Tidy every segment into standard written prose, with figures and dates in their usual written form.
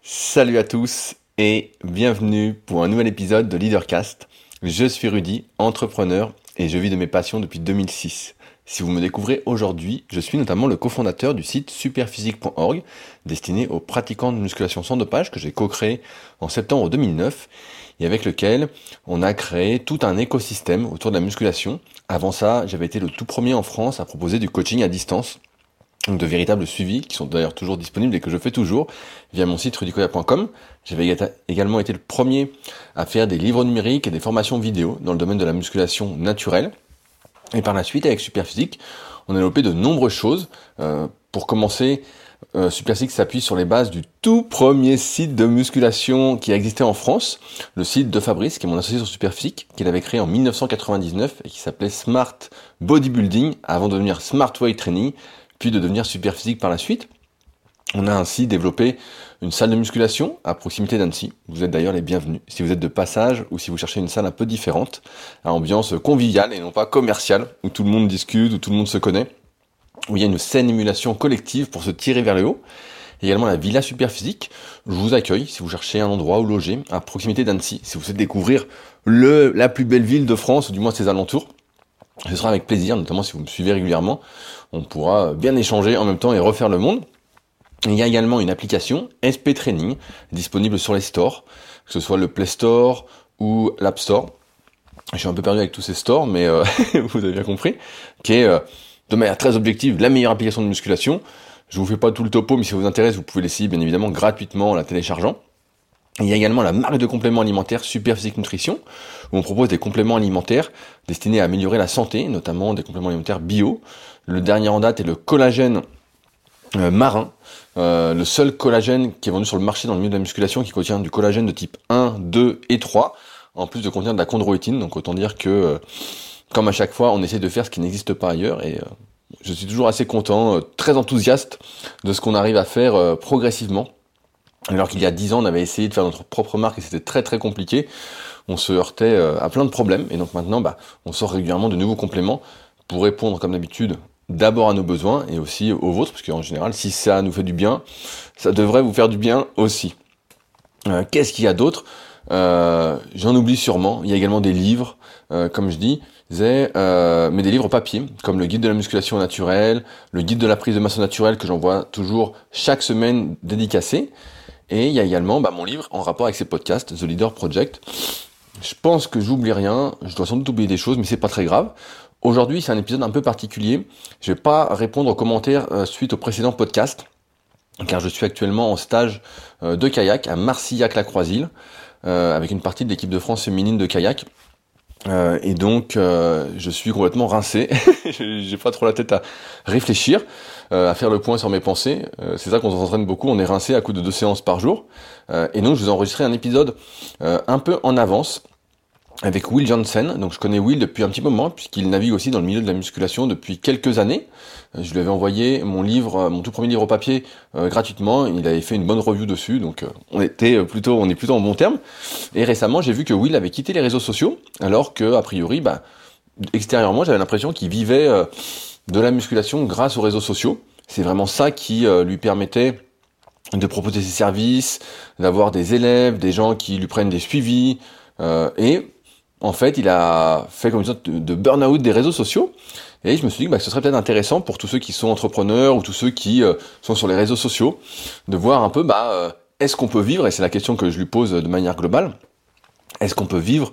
Salut à tous et bienvenue pour un nouvel épisode de Leadercast. Je suis Rudy, entrepreneur et je vis de mes passions depuis 2006. Si vous me découvrez aujourd'hui, je suis notamment le cofondateur du site superphysique.org destiné aux pratiquants de musculation sans dopage que j'ai co-créé en septembre 2009 et avec lequel on a créé tout un écosystème autour de la musculation. Avant ça, j'avais été le tout premier en France à proposer du coaching à distance, donc de véritables suivis qui sont d'ailleurs toujours disponibles et que je fais toujours via mon site rudicoya.com. J'avais également été le premier à faire des livres numériques et des formations vidéo dans le domaine de la musculation naturelle. Et par la suite, avec Superphysique, on a développé de nombreuses choses. Pour commencer, Superphysique s'appuie sur les bases du tout premier site de musculation qui existait en France, le site de Fabrice, qui est mon associé sur Superphysique, qu'il avait créé en 1999 et qui s'appelait Smart Bodybuilding avant de devenir Smart Weight Training, puis de devenir Superphysique par la suite. On a ainsi développé une salle de musculation à proximité d'Annecy. Vous êtes d'ailleurs les bienvenus si vous êtes de passage ou si vous cherchez une salle un peu différente, à ambiance conviviale et non pas commerciale, où tout le monde discute, où tout le monde se connaît, où il y a une saine émulation collective pour se tirer vers le haut. Et également la Villa Superphysique. Je vous accueille si vous cherchez un endroit où loger à proximité d'Annecy, si vous souhaitez découvrir la plus belle ville de France, ou du moins ses alentours. Ce sera avec plaisir, notamment si vous me suivez régulièrement. On pourra bien échanger en même temps et refaire le monde. Il y a également une application SP Training disponible sur les stores, que ce soit le Play Store ou l'App Store. Je suis un peu perdu avec tous ces stores, mais vous avez bien compris, qui est de manière très objective la meilleure application de musculation. Je vous fais pas tout le topo, mais si ça vous intéresse, vous pouvez l'essayer bien évidemment gratuitement en la téléchargeant. Il y a également la marque de compléments alimentaires Superphysique Nutrition, où on propose des compléments alimentaires destinés à améliorer la santé, notamment des compléments alimentaires bio. Le dernier en date est le collagène marin, le seul collagène qui est vendu sur le marché dans le milieu de la musculation qui contient du collagène de type 1, 2 et 3, en plus de contenir de la chondroïtine, donc autant dire que, comme à chaque fois, on essaie de faire ce qui n'existe pas ailleurs, et je suis toujours assez content, très enthousiaste de ce qu'on arrive à faire progressivement. Alors qu'il y a 10 ans, on avait essayé de faire notre propre marque et c'était très très compliqué. On se heurtait à plein de problèmes et donc maintenant, on sort régulièrement de nouveaux compléments pour répondre comme d'habitude d'abord à nos besoins et aussi aux vôtres, parce qu'en général, si ça nous fait du bien, ça devrait vous faire du bien aussi. Qu'est-ce qu'il y a d'autre ? J'en oublie sûrement. Il y a également des livres, comme je dis, mais des livres papier, comme le guide de la musculation naturelle, le guide de la prise de masse naturelle que j'envoie toujours chaque semaine dédicacé. Et il y a également mon livre en rapport avec ces podcasts, The Leader Project. Je pense que j'oublie rien, je dois sans doute oublier des choses, mais c'est pas très grave. Aujourd'hui, c'est un épisode un peu particulier. Je vais pas répondre aux commentaires suite au précédent podcast, car je suis actuellement en stage de kayak à Marcillac-la-Croisille, avec une partie de l'équipe de France féminine de kayak. Et donc je suis complètement rincé. J'ai pas trop la tête à réfléchir, à faire le point sur mes pensées. C'est ça qu'on s'entraîne beaucoup, on est rincé à coup de 2 séances par jour. Et donc je vous ai enregistré un épisode un peu en avance avec Will Johnson. Donc je connais Will depuis un petit moment puisqu'il navigue aussi dans le milieu de la musculation depuis quelques années. Je lui avais envoyé mon tout premier livre au papier gratuitement. Il avait fait une bonne review dessus, donc on est plutôt en bon terme. Et récemment, j'ai vu que Will avait quitté les réseaux sociaux, alors que a priori, extérieurement, j'avais l'impression qu'il vivait de la musculation grâce aux réseaux sociaux. C'est vraiment ça qui lui permettait de proposer ses services, d'avoir des élèves, des gens qui lui prennent des suivis, et en fait, il a fait comme une sorte de burn-out des réseaux sociaux. Et je me suis dit que ce serait peut-être intéressant pour tous ceux qui sont entrepreneurs ou tous ceux qui sont sur les réseaux sociaux, de voir un peu, est-ce qu'on peut vivre, et c'est la question que je lui pose de manière globale, est-ce qu'on peut vivre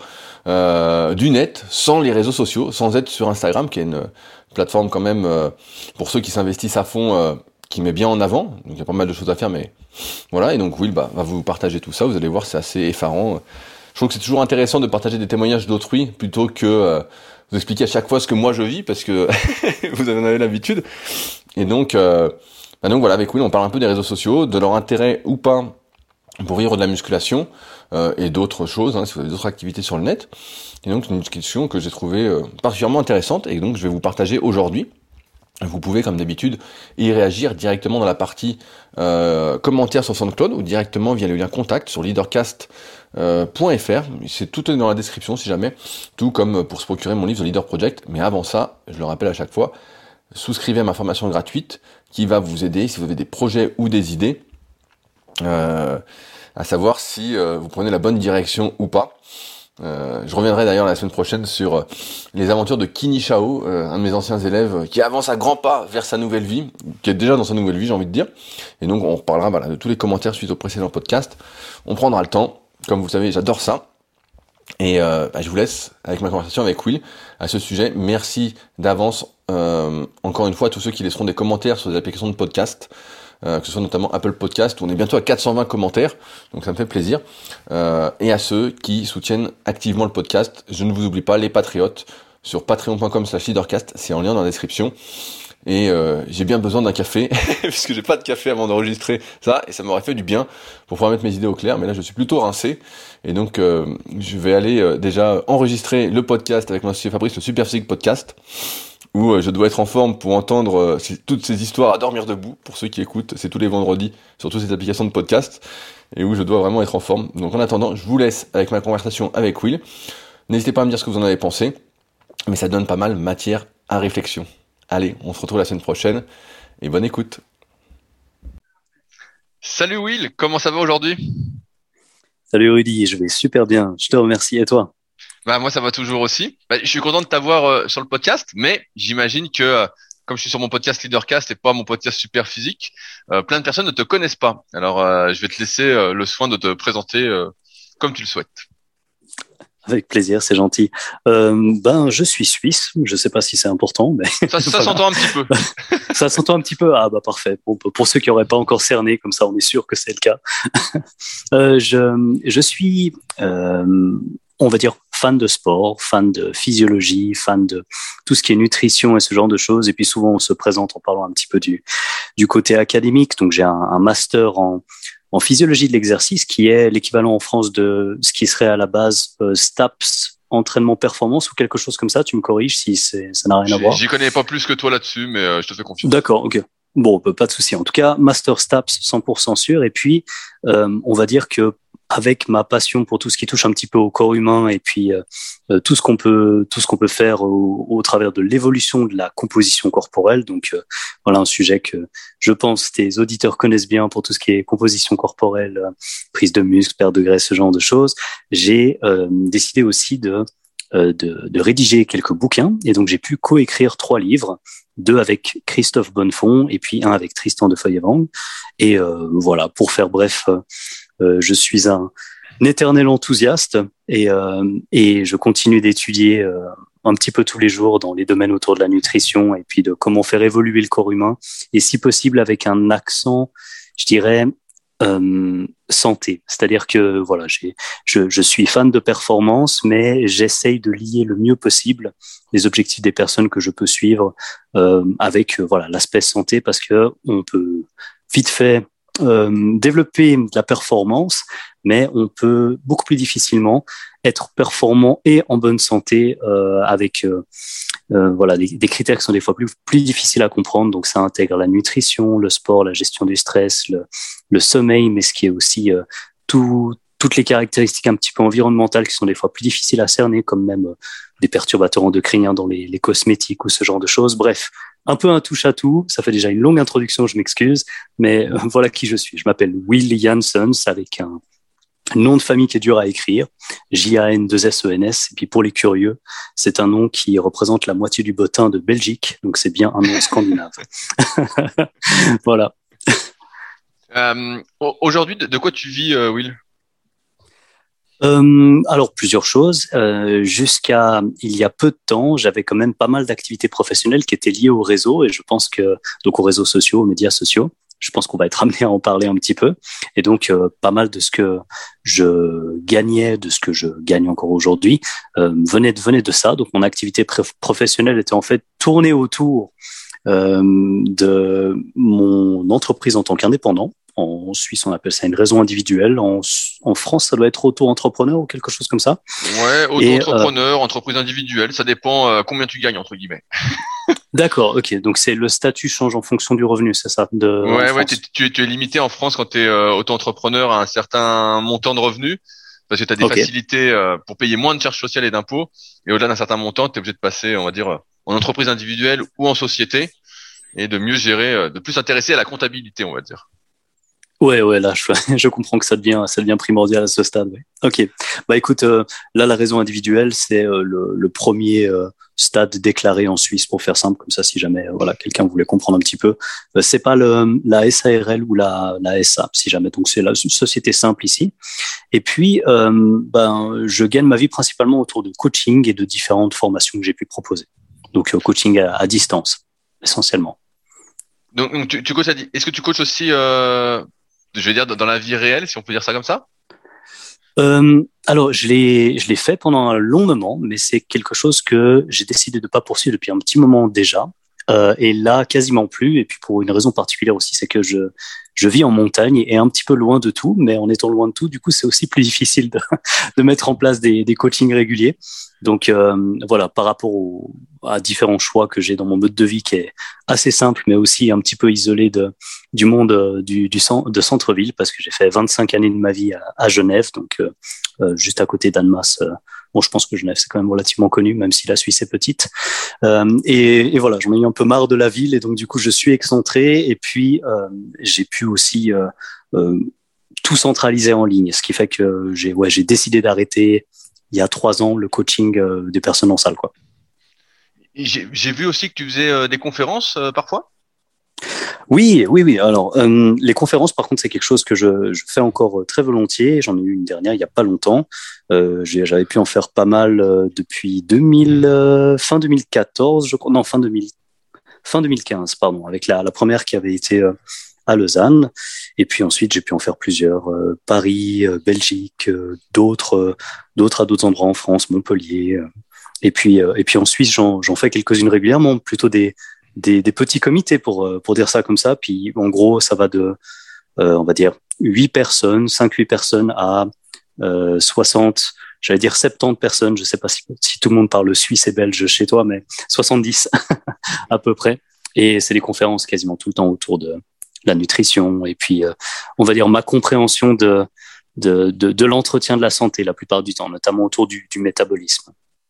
du net sans les réseaux sociaux, sans être sur Instagram, qui est une plateforme quand même, pour ceux qui s'investissent à fond, qui met bien en avant. Donc il y a pas mal de choses à faire, mais voilà. Et donc Will va vous partager tout ça, vous allez voir, c'est assez effarant. Je trouve que c'est toujours intéressant de partager des témoignages d'autrui plutôt que vous expliquer à chaque fois ce que moi je vis, parce que vous en avez l'habitude. Et donc voilà, avec Will, on parle un peu des réseaux sociaux, de leur intérêt ou pas pour vivre de la musculation et d'autres choses, si vous avez d'autres activités sur le net. Et donc c'est une discussion que j'ai trouvée particulièrement intéressante et donc je vais vous partager aujourd'hui. Vous pouvez, comme d'habitude, y réagir directement dans la partie commentaires sur SoundCloud ou directement via le lien contact sur leadercast.fr. C'est tout dans la description si jamais, tout comme pour se procurer mon livre The Leader Project. Mais avant ça, je le rappelle à chaque fois, souscrivez à ma formation gratuite qui va vous aider si vous avez des projets ou des idées euh, à savoir si vous prenez la bonne direction ou pas. Je reviendrai d'ailleurs la semaine prochaine sur les aventures de Kini Shao, un de mes anciens élèves qui avance à grands pas vers sa nouvelle vie, qui est déjà dans sa nouvelle vie, j'ai envie de dire. Et donc on reparlera de tous les commentaires suite au précédent podcast. On prendra le temps, comme vous savez, j'adore ça. Et je vous laisse avec ma conversation avec Will à ce sujet. Merci d'avance encore une fois à tous ceux qui laisseront des commentaires sur les applications de podcast, que ce soit notamment Apple Podcast, où on est bientôt à 420 commentaires, donc ça me fait plaisir. Et à ceux qui soutiennent activement le podcast, je ne vous oublie pas, les patriotes, sur patreon.com/leadercast, c'est en lien dans la description. Et j'ai bien besoin d'un café, puisque j'ai pas de café avant d'enregistrer ça, et ça m'aurait fait du bien pour pouvoir mettre mes idées au clair, mais là je suis plutôt rincé, et donc je vais aller déjà enregistrer le podcast avec mon associé Fabrice, le Super Physique Podcast, où je dois être en forme pour entendre toutes ces histoires à dormir debout, pour ceux qui écoutent, c'est tous les vendredis, sur toutes ces applications de podcast, et où je dois vraiment être en forme. Donc en attendant, je vous laisse avec ma conversation avec Will. N'hésitez pas à me dire ce que vous en avez pensé, mais ça donne pas mal matière à réflexion. Allez, on se retrouve la semaine prochaine, et bonne écoute. Salut Will, comment ça va aujourd'hui? Salut Rudy, je vais super bien. Je te remercie. Et toi? Bah moi ça va toujours aussi. Je suis content de t'avoir sur le podcast, mais j'imagine que comme je suis sur mon podcast Leadercast et pas mon podcast Super Physique, plein de personnes ne te connaissent pas. Alors je vais te laisser le soin de te présenter comme tu le souhaites. Avec plaisir, c'est gentil. Je suis suisse. Je sais pas si c'est important, mais Ça voilà. s'entend un petit peu. Ça s'entend un petit peu. Ah bah parfait. Bon, pour ceux qui n'auraient pas encore cerné, comme ça, on est sûr que c'est le cas. Je suis, on va dire, fan de sport, fan de physiologie, fan de tout ce qui est nutrition et ce genre de choses. Et puis souvent, on se présente en parlant un petit peu du côté académique. Donc j'ai un master en physiologie de l'exercice, qui est l'équivalent en France de ce qui serait à la base STAPS, entraînement performance ou quelque chose comme ça. Tu me corriges si ça n'a rien à voir. J'y connais pas plus que toi là-dessus, mais je te fais confiance. D'accord, ok. Bon, pas de souci. En tout cas, Master STAPS 100% sûr. Et puis, on va dire que avec ma passion pour tout ce qui touche un petit peu au corps humain et puis tout ce qu'on peut faire au travers de l'évolution de la composition corporelle. Donc voilà un sujet que je pense tes auditeurs connaissent bien pour tout ce qui est composition corporelle, prise de muscle, perte de graisse, ce genre de choses. J'ai décidé aussi de rédiger quelques bouquins et donc j'ai pu coécrire 3 livres, 2 avec Christophe Bonnefond et puis un avec Tristan de Feuillevent. Et voilà, pour faire bref, je suis un éternel enthousiaste et je continue d'étudier un petit peu tous les jours dans les domaines autour de la nutrition et puis de comment faire évoluer le corps humain et si possible avec un accent, je dirais, santé. C'est-à-dire que voilà, je suis fan de performance, mais j'essaye de lier le mieux possible les objectifs des personnes que je peux suivre avec voilà l'aspect santé parce que on peut vite fait développer de la performance, mais on peut beaucoup plus difficilement être performant et en bonne santé avec voilà des critères qui sont des fois plus difficiles à comprendre. Donc ça intègre la nutrition, le sport, la gestion du stress, le sommeil, mais ce qui est aussi toutes les caractéristiques un petit peu environnementales qui sont des fois plus difficiles à cerner, comme même des perturbateurs endocriniens dans les cosmétiques ou ce genre de choses. Bref, un peu un touche-à-tout. Ça fait déjà une longue introduction, je m'excuse, mais voilà qui je suis. Je m'appelle Will Janssens avec un nom de famille qui est dur à écrire, Jan2Sens. Et puis pour les curieux, c'est un nom qui représente la moitié du bottin de Belgique, donc c'est bien un nom scandinave. Voilà. Aujourd'hui, de quoi tu vis, Will? Alors plusieurs choses. Jusqu'à il y a peu de temps, j'avais quand même pas mal d'activités professionnelles qui étaient liées au réseau et je pense que donc aux réseaux sociaux, aux médias sociaux. Je pense qu'on va être amené à en parler un petit peu. Et donc pas mal de ce que je gagnais, de ce que je gagne encore aujourd'hui, venait de ça. Donc mon activité professionnelle était en fait tournée autour de mon entreprise en tant qu'indépendant. En Suisse, on appelle ça une raison individuelle. En France, ça doit être auto-entrepreneur ou quelque chose comme ça. Ouais, auto-entrepreneur, entreprise individuelle, ça dépend combien tu gagnes, entre guillemets. D'accord, ok. Donc c'est le statut change en fonction du revenu, c'est ça Ouais, tu es limité en France quand tu es auto-entrepreneur à un certain montant de revenus, parce que tu as des facilités pour payer moins de charges sociales et d'impôts, et au-delà d'un certain montant, tu es obligé de passer, on va dire, en entreprise individuelle ou en société, et de mieux gérer, de plus s'intéresser à la comptabilité, on va dire. Ouais, là, je comprends que ça devient primordial à ce stade. Ouais. Ok. Bah écoute, là, la raison individuelle, c'est le premier stade déclaré en Suisse, pour faire simple, comme ça, si jamais, voilà, quelqu'un voulait comprendre un petit peu. C'est pas la SARL ou la SA, si jamais. Donc c'est la société simple ici. Et puis, je gagne ma vie principalement autour de coaching et de différentes formations que j'ai pu proposer. Donc coaching à distance, essentiellement. Donc tu coaches est-ce que tu coaches aussi, je vais dire, dans la vie réelle, si on peut dire ça comme ça? Alors, je l'ai fait pendant un long moment, mais c'est quelque chose que j'ai décidé de pas poursuivre depuis un petit moment déjà. Et là, quasiment plus. Et puis pour une raison particulière aussi, c'est que je vis en montagne et un petit peu loin de tout. Mais en étant loin de tout, du coup, c'est aussi plus difficile de mettre en place des coachings réguliers. Donc voilà, par rapport à différents choix que j'ai dans mon mode de vie qui est assez simple, mais aussi un petit peu isolé du monde de centre-ville, parce que j'ai fait 25 années de ma vie à Genève, donc juste à côté d'Annemasse. Bon, je pense que Genève, c'est quand même relativement connu, même si la Suisse est petite. Et voilà, j'en ai eu un peu marre de la ville, et donc du coup, je suis excentré. Et puis, j'ai pu aussi tout centraliser en ligne, ce qui fait que j'ai décidé d'arrêter il y a 3 ans le coaching des personnes en salle, quoi. J'ai vu aussi que tu faisais des conférences parfois. Oui. Alors, les conférences, par contre, c'est quelque chose que je fais encore très volontiers. J'en ai eu une dernière il y a pas longtemps. J'avais pu en faire pas mal depuis fin 2014, je crois. Non, fin 2015, pardon, avec la première qui avait été à Lausanne. Et puis ensuite, j'ai pu en faire plusieurs. Paris, Belgique, d'autres à d'autres endroits en France, Montpellier. Et puis en Suisse, j'en fais quelques-unes régulièrement, plutôt des petits comités pour dire ça comme ça. Puis en gros, ça va de, on va dire, 8 personnes, 5-8 personnes à 60, j'allais dire 70 personnes. Je sais pas si tout le monde parle suisse et belge chez toi, mais 70 à peu près. Et c'est des conférences quasiment tout le temps autour de la nutrition et puis, on va dire, ma compréhension de l'entretien de la santé la plupart du temps, notamment autour du métabolisme.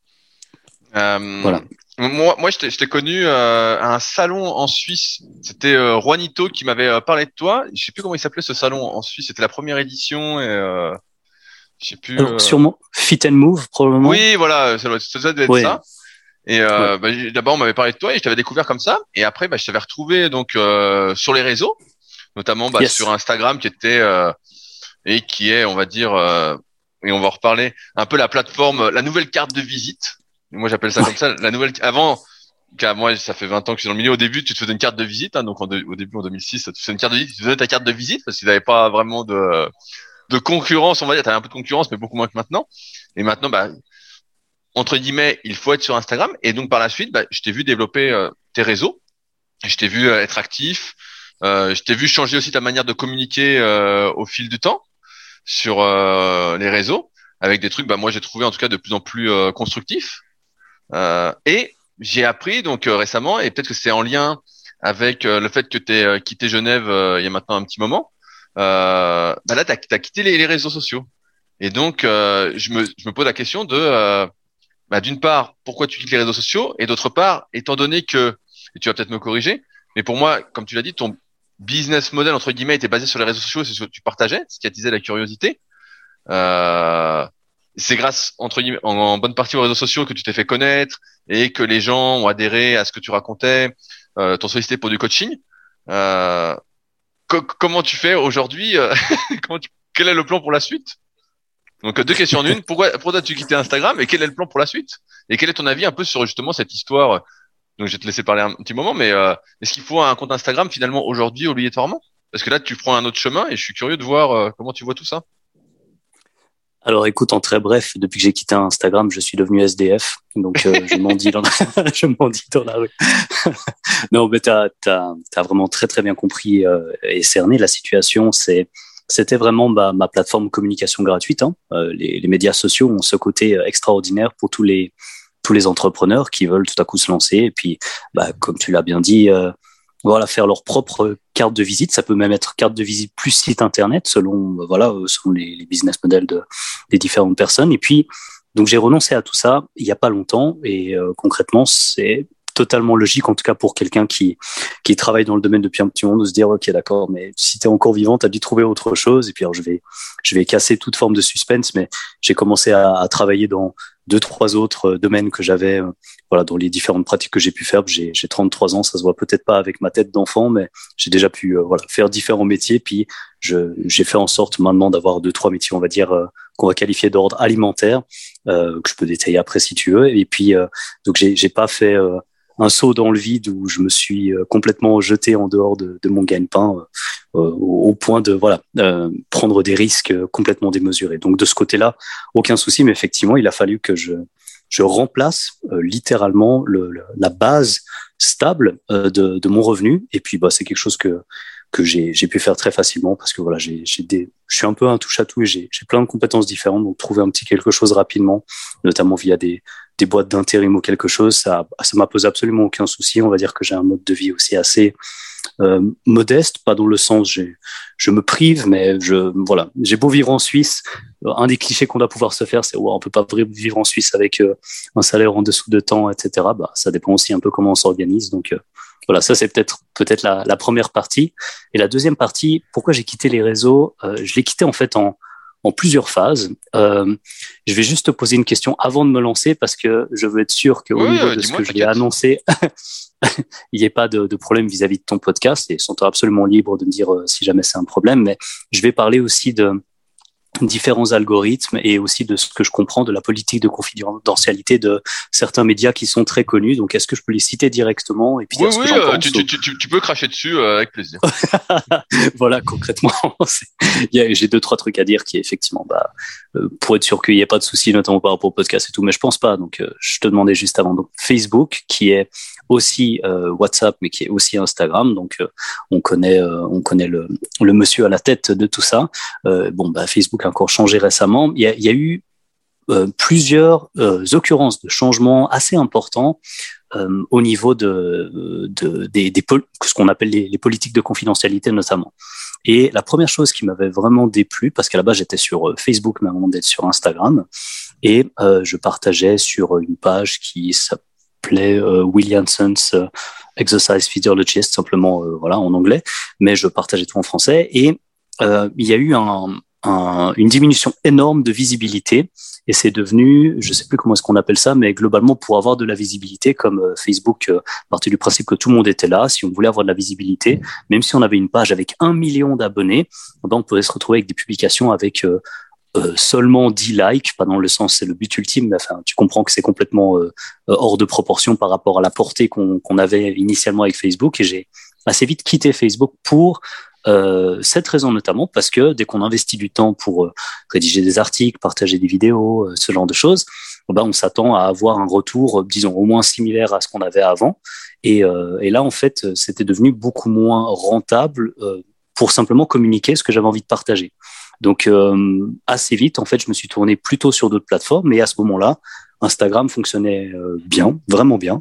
Voilà. Moi, je t'ai connu à un salon en Suisse. C'était Juanito qui m'avait parlé de toi. Je sais plus comment il s'appelait ce salon en Suisse. C'était la première édition et je sais plus. Alors, sûrement Fit and Move, probablement. Oui, voilà, ça devait être ça. Et d'abord, on m'avait parlé de toi et je t'avais découvert comme ça. Et après, je t'avais retrouvé donc sur les réseaux, notamment sur Instagram, qui était et qui est, on va dire, et on va en reparler, un peu la plateforme, la nouvelle carte de visite. Moi, j'appelle ça comme ça. La nouvelle, moi, ça fait 20 ans que je suis dans le milieu. Au début, tu te faisais une carte de visite, hein, donc au début, en 2006, tu faisais une carte de visite, tu faisais ta carte de visite parce qu'ils n'avaient pas vraiment de concurrence, on va dire. T'avais un peu de concurrence, mais beaucoup moins que maintenant. Et maintenant, entre guillemets, il faut être sur Instagram. Et donc, par la suite, je t'ai vu développer tes réseaux. Je t'ai vu être actif. Je t'ai vu changer aussi ta manière de communiquer au fil du temps sur les réseaux, avec des trucs, moi, j'ai trouvé en tout cas de plus en plus constructifs. Et j'ai appris donc récemment, et peut-être que c'est en lien avec le fait que tu aies quitté Genève il y a maintenant un petit moment. Là, t'as quitté les réseaux sociaux. Et donc, je me pose la question de, d'une part, pourquoi tu quittes les réseaux sociaux, et d'autre part, étant donné que, et tu vas peut-être me corriger, mais pour moi, comme tu l'as dit, ton business model entre guillemets était basé sur les réseaux sociaux, c'est ce que tu partageais, ce qui attisait la curiosité. C'est grâce entre guillemets en bonne partie aux réseaux sociaux que tu t'es fait connaître et que les gens ont adhéré à ce que tu racontais, t'ont sollicité pour du coaching. Comment tu fais aujourd'hui quel est le plan pour la suite? Donc 2 questions en une. Pourquoi as-tu quitté Instagram et quel est le plan pour la suite? Et quel est ton avis un peu sur justement cette histoire? Donc je vais te laisser parler un petit moment, mais est-ce qu'il faut un compte Instagram finalement aujourd'hui obligatoirement? Parce que là tu prends un autre chemin et je suis curieux de voir comment tu vois tout ça. Alors écoute, en très bref, depuis que j'ai quitté Instagram, je suis devenu SDF, donc je mendie je mendie dans la rue. Non, mais t'as vraiment très très bien compris et cerné la situation. C'était vraiment ma plateforme de communication gratuite. Hein. Les médias sociaux ont ce côté extraordinaire pour tous les entrepreneurs qui veulent tout à coup se lancer. Et puis, comme tu l'as bien dit, voilà, faire leur propre carte de visite. Ça peut même être carte de visite plus site internet selon les business models des différentes personnes. Et puis, donc j'ai renoncé à tout ça il y a pas longtemps et concrètement, c'est totalement logique, en tout cas pour quelqu'un qui travaille dans le domaine depuis un petit moment, de se dire ok d'accord, mais si t'es encore vivant, t'as dû trouver autre chose. Et puis alors je vais casser toute forme de suspense, mais j'ai commencé à travailler dans 2-3 autres domaines que j'avais, voilà, dans les différentes pratiques que j'ai pu faire. J'ai 33 ans, ça se voit peut-être pas avec ma tête d'enfant, mais j'ai déjà pu voilà, faire différents métiers. Puis j'ai fait en sorte maintenant d'avoir 2-3 métiers, on va dire, qu'on va qualifier d'ordre alimentaire, que je peux détailler après si tu veux. Et puis donc j'ai pas fait un saut dans le vide où je me suis complètement jeté en dehors de mon gagne-pain au point de voilà prendre des risques complètement démesurés. Donc de ce côté-là, aucun souci, mais effectivement, il a fallu que je remplace littéralement la base stable de mon revenu. Et puis bah c'est quelque chose que j'ai pu faire très facilement parce que voilà, je suis un peu un touche à tout et j'ai plein de compétences différentes, donc trouver un petit quelque chose rapidement, notamment via des boîtes d'intérim ou quelque chose, ça m'a posé absolument aucun souci. On va dire que j'ai un mode de vie aussi assez modeste, pas dans le sens je me prive, mais voilà, j'ai beau vivre en Suisse, un des clichés qu'on doit pouvoir se faire, c'est ouais, on peut pas vivre en Suisse avec un salaire en dessous de temps, etc. Bah ça dépend aussi un peu comment on s'organise, donc voilà, ça c'est peut-être la première partie. Et la deuxième partie, pourquoi j'ai quitté les réseaux, je l'ai quitté en fait en plusieurs phases. Je vais juste te poser une question avant de me lancer parce que je veux être sûr qu'au niveau de ce que je vais annoncer, il n'y ait pas de problème vis-à-vis de ton podcast et sont absolument libres de me dire si jamais c'est un problème. Mais je vais parler aussi de différents algorithmes et aussi de ce que je comprends de la politique de confidentialité de certains médias qui sont très connus. Donc, est-ce que je peux les citer directement et puis dire ce que j'en pense, tu peux cracher dessus avec plaisir. Voilà, concrètement, j'ai 2-3 trucs à dire qui effectivement, pour être sûr qu'il n'y ait pas de soucis, notamment par rapport au podcast et tout, mais je pense pas. Donc, je te demandais juste avant. Donc, Facebook, qui est aussi WhatsApp, mais qui est aussi Instagram. Donc, on connaît le monsieur à la tête de tout ça. Facebook a encore changé récemment. Il y a eu plusieurs occurrences de changements assez importants au niveau de ce qu'on appelle les politiques de confidentialité notamment. Et la première chose qui m'avait vraiment déplu, parce qu'à la base j'étais sur Facebook, mais avant d'être sur Instagram, et je partageais sur une page qui s'appelait Williamson's Exercise Physiologist, simplement voilà en anglais, mais je partageais tout en français. Et il y a eu une diminution énorme de visibilité et c'est devenu, je sais plus comment est-ce qu'on appelle ça, mais globalement pour avoir de la visibilité, comme Facebook partait du principe que tout le monde était là, si on voulait avoir de la visibilité, même si on avait une page avec 1 million d'abonnés, on pouvait se retrouver avec des publications avec seulement 10 likes, pas dans le sens c'est le but ultime, mais enfin tu comprends que c'est complètement hors de proportion par rapport à la portée qu'on avait initialement avec Facebook, et j'ai assez vite quitté Facebook pour cette raison notamment, parce que dès qu'on investit du temps pour rédiger des articles, partager des vidéos, ce genre de choses, on s'attend à avoir un retour, disons, au moins similaire à ce qu'on avait avant. Et là, en fait, c'était devenu beaucoup moins rentable pour simplement communiquer ce que j'avais envie de partager. Donc, assez vite, en fait, je me suis tourné plutôt sur d'autres plateformes. Et à ce moment-là, Instagram fonctionnait bien, vraiment bien.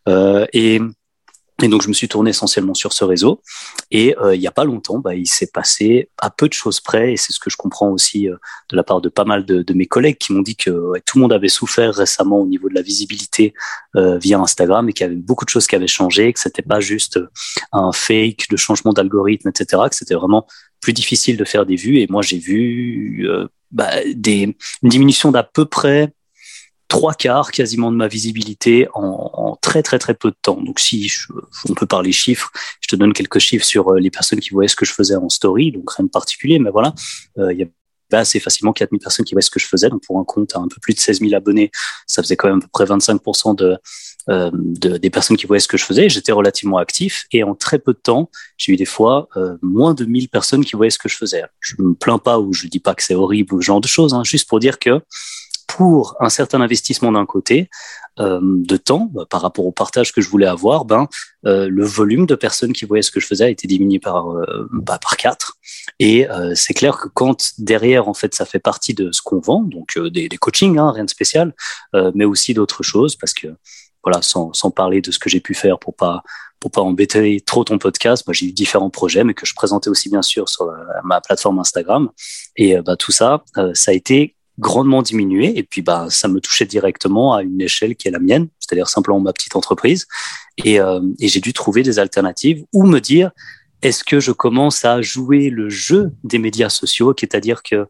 Et donc, je me suis tourné essentiellement sur ce réseau. Et il n'y a pas longtemps, il s'est passé à peu de choses près, et c'est ce que je comprends aussi de la part de pas mal de mes collègues qui m'ont dit que tout le monde avait souffert récemment au niveau de la visibilité via Instagram, et qu'il y avait beaucoup de choses qui avaient changé, que c'était pas juste un fake de changement d'algorithme, etc., que c'était vraiment plus difficile de faire des vues. Et moi, j'ai vu une diminution d'à peu près 3/4 quasiment de ma visibilité en très très très peu de temps. Donc si on peut parler chiffres, je te donne quelques chiffres sur les personnes qui voyaient ce que je faisais en story, donc rien de particulier, mais voilà, il y avait assez facilement 4000 personnes qui voyaient ce que je faisais, donc pour un compte à un peu plus de 16 000 abonnés, ça faisait quand même à peu près 25% des personnes qui voyaient ce que je faisais. J'étais relativement actif, et en très peu de temps, j'ai eu des fois moins de 1000 personnes qui voyaient ce que je faisais. Je me plains pas, ou je dis pas que c'est horrible ou ce genre de choses, juste pour dire que pour un certain investissement d'un côté de temps par rapport au partage que je voulais avoir, le volume de personnes qui voyaient ce que je faisais a été diminué par 4. Et c'est clair que quand derrière, en fait, ça fait partie de ce qu'on vend, donc des coachings, rien de spécial, mais aussi d'autres choses, parce que voilà, sans parler de ce que j'ai pu faire pour pas embêter trop ton podcast, moi j'ai eu différents projets, mais que je présentais aussi bien sûr sur ma plateforme Instagram, et tout ça, ça a été grandement diminué. Et puis, ça me touchait directement à une échelle qui est la mienne, c'est-à-dire simplement ma petite entreprise. Et j'ai dû trouver des alternatives ou me dire, est-ce que je commence à jouer le jeu des médias sociaux, c'est-à-dire que,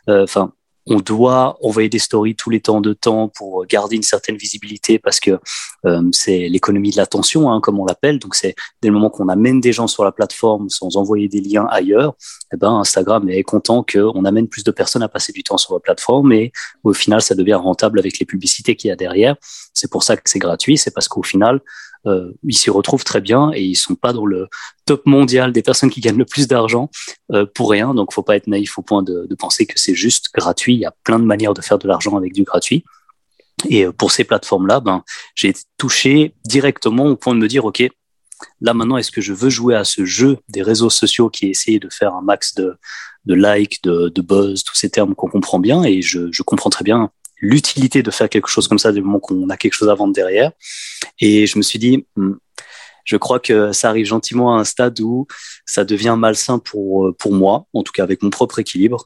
on doit envoyer des stories tous les temps de temps pour garder une certaine visibilité parce que c'est l'économie de l'attention, hein, comme on l'appelle. Donc, c'est dès le moment qu'on amène des gens sur la plateforme sans envoyer des liens ailleurs, Instagram est content qu'on amène plus de personnes à passer du temps sur la plateforme et au final, ça devient rentable avec les publicités qu'il y a derrière. C'est pour ça que c'est gratuit. C'est parce qu'au final, ils s'y retrouvent très bien et ils sont pas dans le top mondial des personnes qui gagnent le plus d'argent pour rien. Donc, faut pas être naïf au point de penser que c'est juste gratuit. Il y a plein de manières de faire de l'argent avec du gratuit. Et pour ces plateformes-là, j'ai été touché directement au point de me dire, OK, là maintenant, est-ce que je veux jouer à ce jeu des réseaux sociaux qui essaie de faire un max de likes, de buzz, tous ces termes qu'on comprend bien. Et je comprends très bien l'utilité de faire quelque chose comme ça du moment qu'on a quelque chose à vendre derrière. Et je me suis dit, je crois que ça arrive gentiment à un stade où ça devient malsain pour moi, en tout cas avec mon propre équilibre.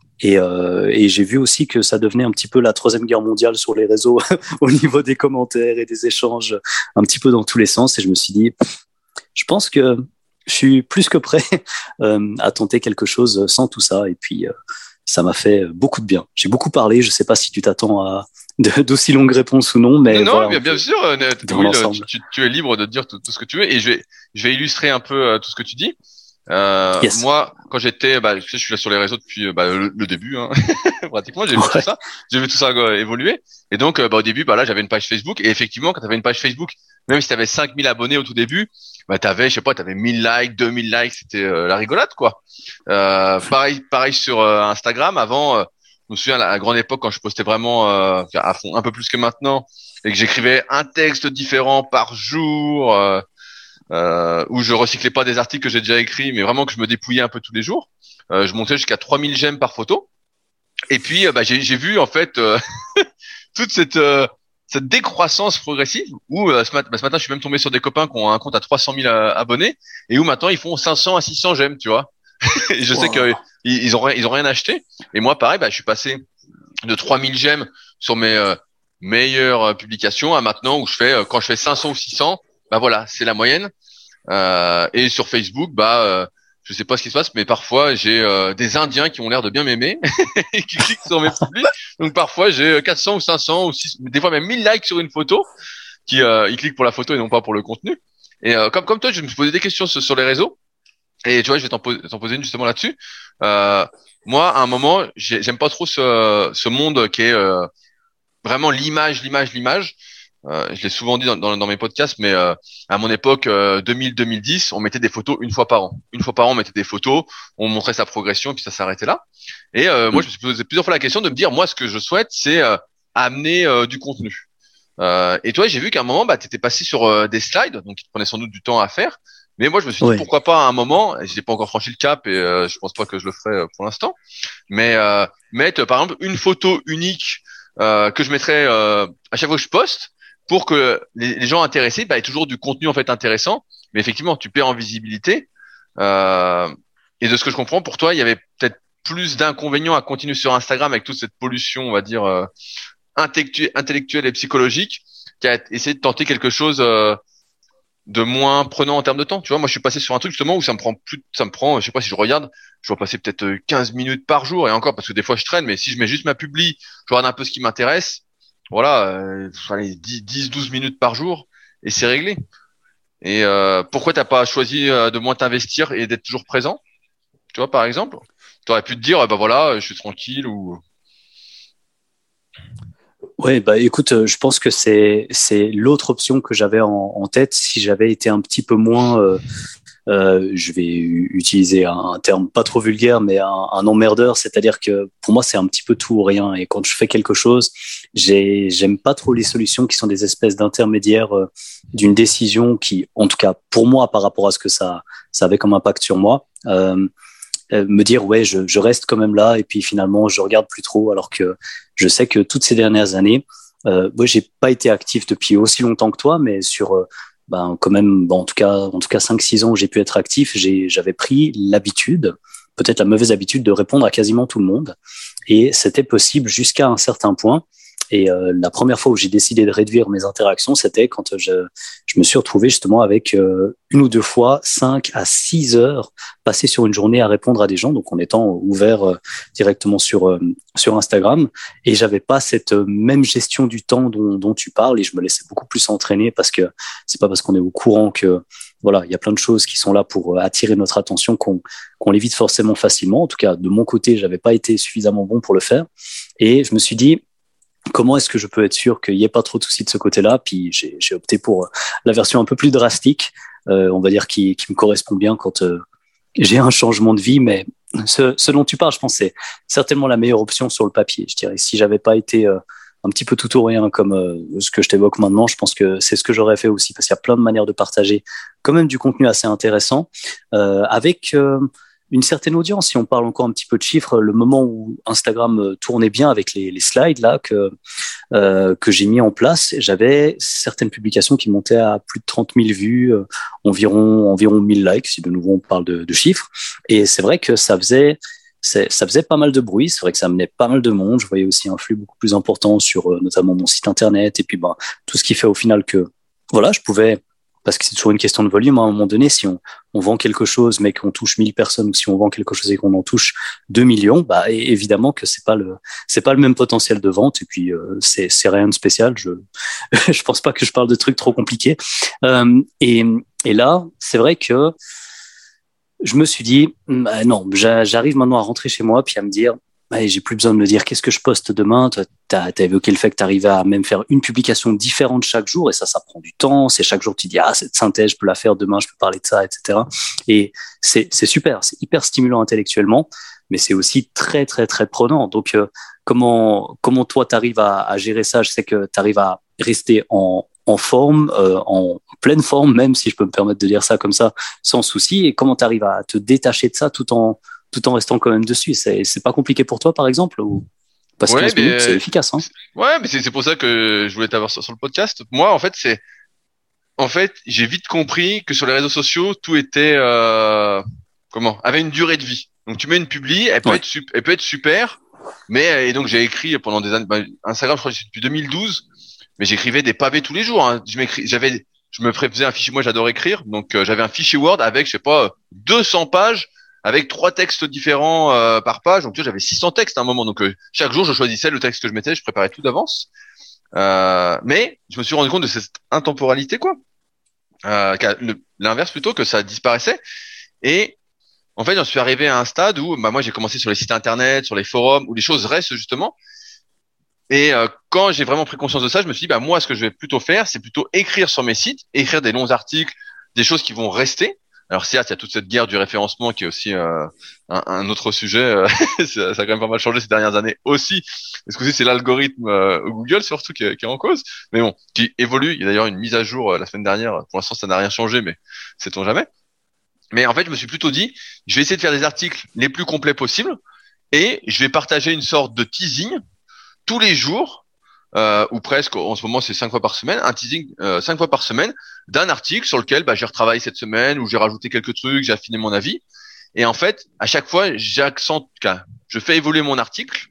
Et j'ai vu aussi que ça devenait un petit peu la troisième guerre mondiale sur les réseaux au niveau des commentaires et des échanges un petit peu dans tous les sens. Et je me suis dit, je pense que je suis plus que prêt à tenter quelque chose sans tout ça. Et puis, ça m'a fait beaucoup de bien. J'ai beaucoup parlé. Je sais pas si tu t'attends à d'aussi longues réponses ou non, mais non, voilà, bien sûr, Will, tu es libre de dire tout ce que tu veux et je vais illustrer un peu tout ce que tu dis. Yes. Moi, quand j'étais, je suis là sur les réseaux depuis le début, hein. Pratiquement, j'ai vu tout ça évoluer. Et donc, au début, là, j'avais une page Facebook et effectivement, quand tu avais une page Facebook, même si tu avais 5000 abonnés au tout début, t'avais 1000 likes, 2000 likes, c'était la rigolade, quoi. Pareil sur Instagram. Avant, je me souviens à la grande époque quand je postais vraiment à fond, un peu plus que maintenant, et que j'écrivais un texte différent par jour, où je recyclais pas des articles que j'ai déjà écrits, mais vraiment que je me dépouillais un peu tous les jours. Je montais jusqu'à 3000 j'aime par photo. Et puis, j'ai vu en fait toute cette décroissance progressive où ce matin, je suis même tombé sur des copains qui ont un compte à 300 000 abonnés et où maintenant ils font 500 à 600 j'aime, tu vois. Et je sais que ils ont rien acheté. Et moi, pareil, je suis passé de 3000 j'aime sur mes meilleures publications à maintenant où quand je fais 500 ou 600, voilà, c'est la moyenne. Et sur Facebook, je sais pas ce qui se passe, mais parfois j'ai des Indiens qui ont l'air de bien m'aimer et qui cliquent sur mes publics. Donc parfois j'ai 400 ou 500 ou 6, des fois même 1000 likes sur une photo qui ils cliquent pour la photo et non pas pour le contenu. Et comme toi, je me suis posé des questions sur les réseaux. Et tu vois, je vais t'en poser une justement là-dessus. Moi, à un moment, j'aime pas trop ce monde qui est vraiment l'image. Je l'ai souvent dit dans mes podcasts, mais à mon époque, 2000-2010, on mettait des photos une fois par an. Une fois par an, on mettait des photos, on montrait sa progression, puis ça s'arrêtait là. Et moi, je me suis posé plusieurs fois la question de me dire, moi, ce que je souhaite, c'est amener du contenu. Et toi, j'ai vu qu'à un moment, tu étais passé sur des slides, donc qui te prenaient sans doute du temps à faire. Mais moi, je me suis dit, pourquoi pas à un moment, et je n'ai pas encore franchi le cap, et je pense pas que je le ferai pour l'instant, mais mettre, par exemple, une photo unique que je mettrais à chaque fois que je poste, pour que les gens intéressés aient toujours du contenu en fait intéressant. Mais effectivement, tu perds en visibilité. Et de ce que je comprends, pour toi, il y avait peut-être plus d'inconvénients à continuer sur Instagram avec toute cette pollution, on va dire, intellectuelle et psychologique, qu'à essayer de tenter quelque chose de moins prenant en termes de temps. Tu vois, moi, je suis passé sur un truc justement où ça me prend, je sais pas si je regarde, je dois passer peut-être 15 minutes par jour, et encore parce que des fois je traîne, mais si je mets juste ma publi, je regarde un peu ce qui m'intéresse, voilà, 10-12 minutes par jour, et c'est réglé. Et pourquoi t'as pas choisi de moins t'investir et d'être toujours présent? Tu vois, par exemple, t'aurais pu te dire, voilà, je suis tranquille ou... Ouais, écoute, je pense que c'est l'autre option que j'avais en tête si j'avais été un petit peu moins, je vais utiliser un terme pas trop vulgaire, mais un emmerdeur, c'est-à-dire que pour moi c'est un petit peu tout ou rien. Et quand je fais quelque chose, j'aime pas trop les solutions qui sont des espèces d'intermédiaires d'une décision qui, en tout cas pour moi, par rapport à ce que ça avait comme impact sur moi. Me dire ouais je reste quand même là et puis finalement je regarde plus trop, alors que je sais que toutes ces dernières années moi j'ai pas été actif depuis aussi longtemps que toi, mais sur quand même en tout cas 5-6 ans où j'ai pu être actif, j'avais pris l'habitude peut-être la mauvaise habitude de répondre à quasiment tout le monde. Et c'était possible jusqu'à un certain point. Et la première fois où j'ai décidé de réduire mes interactions, c'était quand je me suis retrouvé justement avec une ou deux fois 5 à 6 heures passées sur une journée à répondre à des gens, donc en étant ouvert directement sur Instagram. Et j'avais pas cette même gestion du temps dont tu parles, et je me laissais beaucoup plus entraîner, parce que c'est pas parce qu'on est au courant que voilà, il y a plein de choses qui sont là pour attirer notre attention qu'on l'évite forcément facilement. En tout cas, de mon côté, j'avais pas été suffisamment bon pour le faire. Et je me suis dit, comment est-ce que je peux être sûr qu'il n'y ait pas trop de soucis de ce côté-là? Puis j'ai opté pour la version un peu plus drastique, on va dire, qui me correspond bien quand j'ai un changement de vie. Mais ce dont tu parles, je pense, c'est certainement la meilleure option sur le papier. Je dirais, si j'avais pas été un petit peu tout ou rien comme ce que je t'évoque maintenant, je pense que c'est ce que j'aurais fait aussi, parce qu'il y a plein de manières de partager quand même du contenu assez intéressant, avec une certaine audience. Si on parle encore un petit peu de chiffres, le moment où Instagram tournait bien avec les slides là que j'ai mis en place, j'avais certaines publications qui montaient à plus de 30 000 vues, environ 1000 likes, si de nouveau on parle de chiffres. Et c'est vrai que ça faisait pas mal de bruit. C'est vrai que ça amenait pas mal de monde. Je voyais aussi un flux beaucoup plus important sur notamment mon site internet, et puis tout ce qui fait au final que voilà, je pouvais, parce que c'est toujours une question de volume, à un moment donné, si on vend quelque chose mais qu'on touche 1000 personnes, ou si on vend quelque chose et qu'on en touche 2 millions, évidemment que c'est pas le même potentiel de vente. Et puis c'est rien de spécial. Je pense pas que je parle de trucs trop compliqués. Et là, c'est vrai que je me suis dit, non, j'arrive maintenant à rentrer chez moi, puis à me dire, j'ai plus besoin de me dire qu'est-ce que je poste demain. T'as évoqué le fait que tu arrives à même faire une publication différente chaque jour, et ça prend du temps. C'est chaque jour tu dis, cette synthèse, je peux la faire demain, je peux parler de ça, etc. Et c'est super, c'est hyper stimulant intellectuellement, mais c'est aussi très très très prenant. Donc comment toi t'arrives à gérer ça? Je sais que t'arrives à rester en forme, en pleine forme, même si je peux me permettre de dire ça comme ça, sans souci. Et comment t'arrives à te détacher de ça tout en restant quand même dessus? C'est pas compliqué pour toi, par exemple, ou parce que c'est efficace, hein? Ouais, mais c'est pour ça que je voulais t'avoir sur le podcast. Moi, en fait, j'ai vite compris que sur les réseaux sociaux, tout était avait une durée de vie. Donc tu mets une publi, elle peut être super, mais et donc j'ai écrit pendant des années, Instagram, je crois que c'est depuis 2012, mais j'écrivais des pavés tous les jours, hein. Je me faisais un fichier, moi j'adore écrire, donc j'avais un fichier Word avec, je sais pas, 200 pages, avec 3 textes différents par page. Donc tu vois, j'avais 600 textes à un moment. Donc chaque jour, je choisissais le texte que je mettais, je préparais tout d'avance. Mais je me suis rendu compte de cette intemporalité, quoi. L'inverse plutôt, que ça disparaissait. Et en fait, j'en suis arrivé à un stade où moi j'ai commencé sur les sites internet, sur les forums, où les choses restent justement. Et quand j'ai vraiment pris conscience de ça, je me suis dit, moi, ce que je vais plutôt faire, c'est plutôt écrire sur mes sites, écrire des longs articles, des choses qui vont rester. Alors certes, il y a toute cette guerre du référencement qui est aussi un autre sujet. Ça a quand même pas mal changé ces dernières années aussi. Parce que c'est l'algorithme Google surtout qui est en cause. Mais bon, qui évolue. Il y a d'ailleurs une mise à jour la semaine dernière. Pour l'instant, ça n'a rien changé, mais sait-on jamais. Mais en fait, je me suis plutôt dit, je vais essayer de faire des articles les plus complets possibles, et je vais partager une sorte de teasing tous les jours, ou presque, en ce moment c'est 5 fois par semaine, un teasing 5 fois par semaine d'un article sur lequel j'ai retravaillé cette semaine, où j'ai rajouté quelques trucs, j'ai affiné mon avis. Et en fait, à chaque fois, je fais évoluer mon article,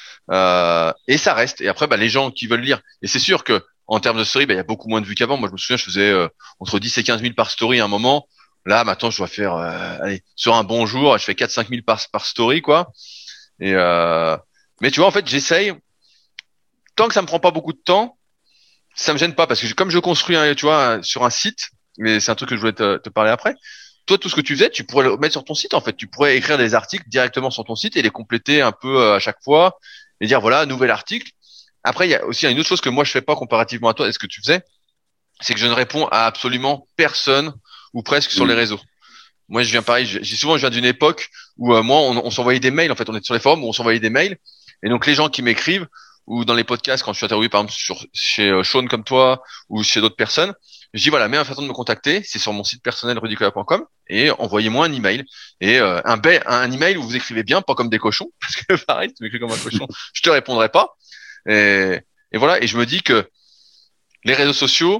et ça reste. Et après, les gens qui veulent lire, et c'est sûr que en termes de story, il y a beaucoup moins de vues qu'avant. Moi, je me souviens, je faisais entre 10 et 15 000 par story à un moment. Là, maintenant, je dois faire, sur un bon jour, je fais 4-5 000 par story, quoi. Et mais tu vois, en fait, j'essaye. Tant que ça me prend pas beaucoup de temps, ça me gêne pas, parce que comme je construis, tu vois, sur un site, mais c'est un truc que je voulais te parler après. Toi, tout ce que tu faisais, tu pourrais le mettre sur ton site, en fait. Tu pourrais écrire des articles directement sur ton site et les compléter un peu à chaque fois et dire, voilà, nouvel article. Après, il y a aussi une autre chose que moi, je fais pas comparativement à toi et ce que tu faisais, c'est que je ne réponds à absolument personne, ou presque, sur les réseaux. Moi, je viens d'une époque où moi, on s'envoyait des mails, en fait. On était sur les forums où on s'envoyait des mails. Et donc, les gens qui m'écrivent, ou dans les podcasts, quand je suis interviewé, par exemple, chez Sean comme toi, ou chez d'autres personnes, je dis, voilà, meilleure façon de me contacter, c'est sur mon site personnel rudicola.com, et envoyez-moi un email. Et un email où vous écrivez bien, pas comme des cochons, parce que pareil, si tu m'écris comme un cochon, je te répondrai pas. Et voilà, et je me dis que les réseaux sociaux,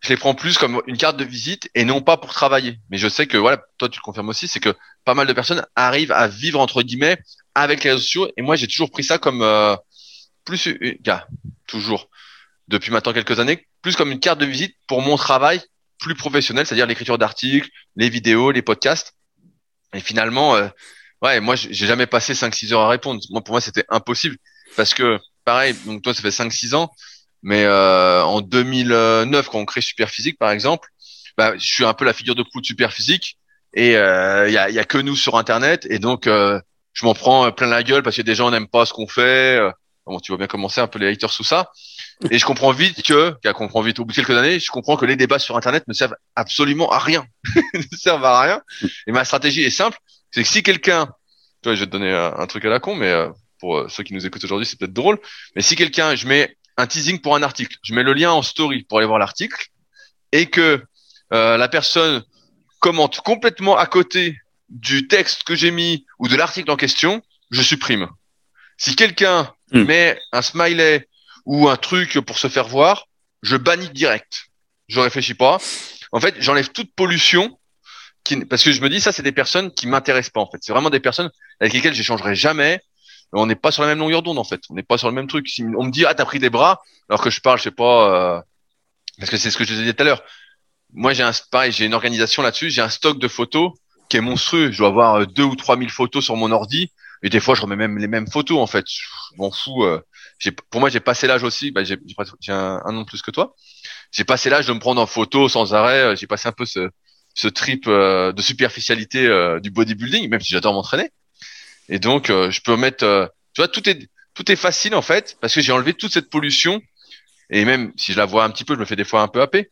je les prends plus comme une carte de visite et non pas pour travailler. Mais je sais que voilà, toi tu le confirmes aussi, c'est que pas mal de personnes arrivent à vivre entre guillemets avec les réseaux sociaux. Et moi j'ai toujours pris ça comme plus toujours depuis maintenant quelques années, plus comme une carte de visite pour mon travail plus professionnel, c'est-à-dire l'écriture d'articles, les vidéos, les podcasts. Et finalement, ouais, moi j'ai jamais passé 5-6 heures à répondre. Moi pour moi c'était impossible parce que pareil, donc toi ça fait 5-6 ans. Mais en 2009, quand on crée Superphysique, par exemple, bah, je suis un peu la figure de proue de Superphysique et y a que nous sur Internet et donc je m'en prends plein la gueule parce que des gens n'aiment pas ce qu'on fait. Bon, tu vois bien commencer un peu les haters sous ça. Et je comprends vite au bout de quelques années, je comprends que les débats sur Internet ne servent absolument à rien, ne servent à rien. Et ma stratégie est simple, c'est que si quelqu'un, tu vois, je vais te donner un truc à la con, mais pour ceux qui nous écoutent aujourd'hui, c'est peut-être drôle. Mais si quelqu'un, je mets un teasing pour un article, je mets le lien en story pour aller voir l'article, et que la personne commente complètement à côté du texte que j'ai mis ou de l'article en question, je supprime. Si quelqu'un met un smiley ou un truc pour se faire voir, je bannis direct. Je réfléchis pas. En fait, j'enlève toute pollution parce que je me dis ça, c'est des personnes qui m'intéressent pas en fait. C'est vraiment des personnes avec lesquelles j'échangerai jamais. On n'est pas sur la même longueur d'onde en fait. On n'est pas sur le même truc. Si on me dit t'as pris des bras alors que je parle, je sais pas, parce que c'est ce que je te disais tout à l'heure. Moi j'ai une organisation là-dessus. J'ai un stock de photos qui est monstrueux. Je dois avoir 2 ou 3 000 photos sur mon ordi et des fois je remets même les mêmes photos en fait. Je m'en fous. Pour moi j'ai passé l'âge aussi. Bah, j'ai un an de plus que toi. J'ai passé l'âge de me prendre en photo sans arrêt. J'ai passé un peu ce trip de superficialité du bodybuilding, même si j'adore m'entraîner. Et donc, je peux mettre, tu vois, tout est facile en fait, parce que j'ai enlevé toute cette pollution. Et même si je la vois un petit peu, je me fais des fois un peu happer.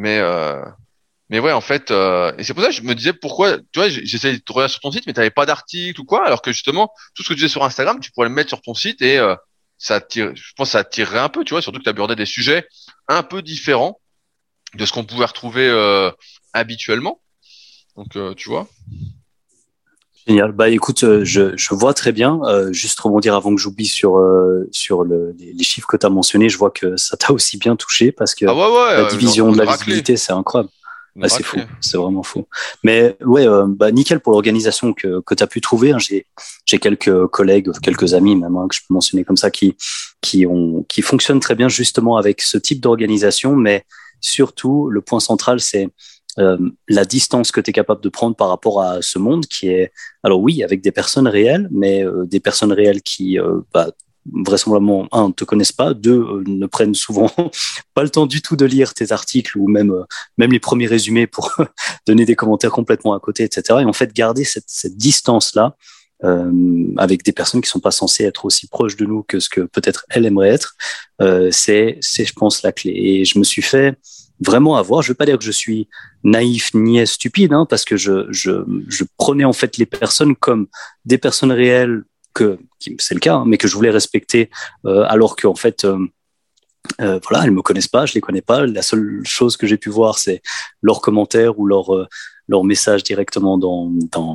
Mais ouais, en fait, et c'est pour ça que je me disais pourquoi, tu vois, j'essayais de te regarder sur ton site, mais t'avais pas d'article ou quoi, alors que justement, tout ce que tu disais sur Instagram, tu pourrais le mettre sur ton site et je pense que ça attirerait un peu, tu vois, surtout que tu abordais des sujets un peu différents de ce qu'on pouvait retrouver habituellement. Donc, tu vois. Génial. Bah écoute, je vois très bien. Juste rebondir avant que j'oublie sur les chiffres que tu as mentionnés, je vois que ça t'a aussi bien touché parce que Ah ouais, ouais, la division de la raclé. visibilité, c'est incroyable. On a C'est raclé. fou, c'est vraiment fou. Mais ouais, bah nickel pour l'organisation que tu as pu trouver. Hein. J'ai quelques collègues, quelques amis même que je peux mentionner comme ça qui fonctionnent très bien justement avec ce type d'organisation. Mais surtout, le point central, c'est la distance que tu es capable de prendre par rapport à ce monde qui est, alors oui, avec des personnes réelles, mais des personnes réelles qui, vraisemblablement, un, te connaissent pas, deux, ne prennent souvent pas le temps du tout de lire tes articles ou même les premiers résumés pour donner des commentaires complètement à côté, etc. Et en fait, garder cette distance-là, avec des personnes qui sont pas censées être aussi proches de nous que ce que peut-être elles aimeraient être, c'est, je pense, la clé. Et je me suis fait vraiment avoir. Je veux pas dire que je suis naïf ni stupide, hein, parce que je prenais en fait les personnes comme des personnes réelles c'est le cas, hein, mais que je voulais respecter, alors qu'en fait, voilà, elles me connaissent pas, je les connais pas. La seule chose que j'ai pu voir, c'est leurs commentaires ou leurs messages directement dans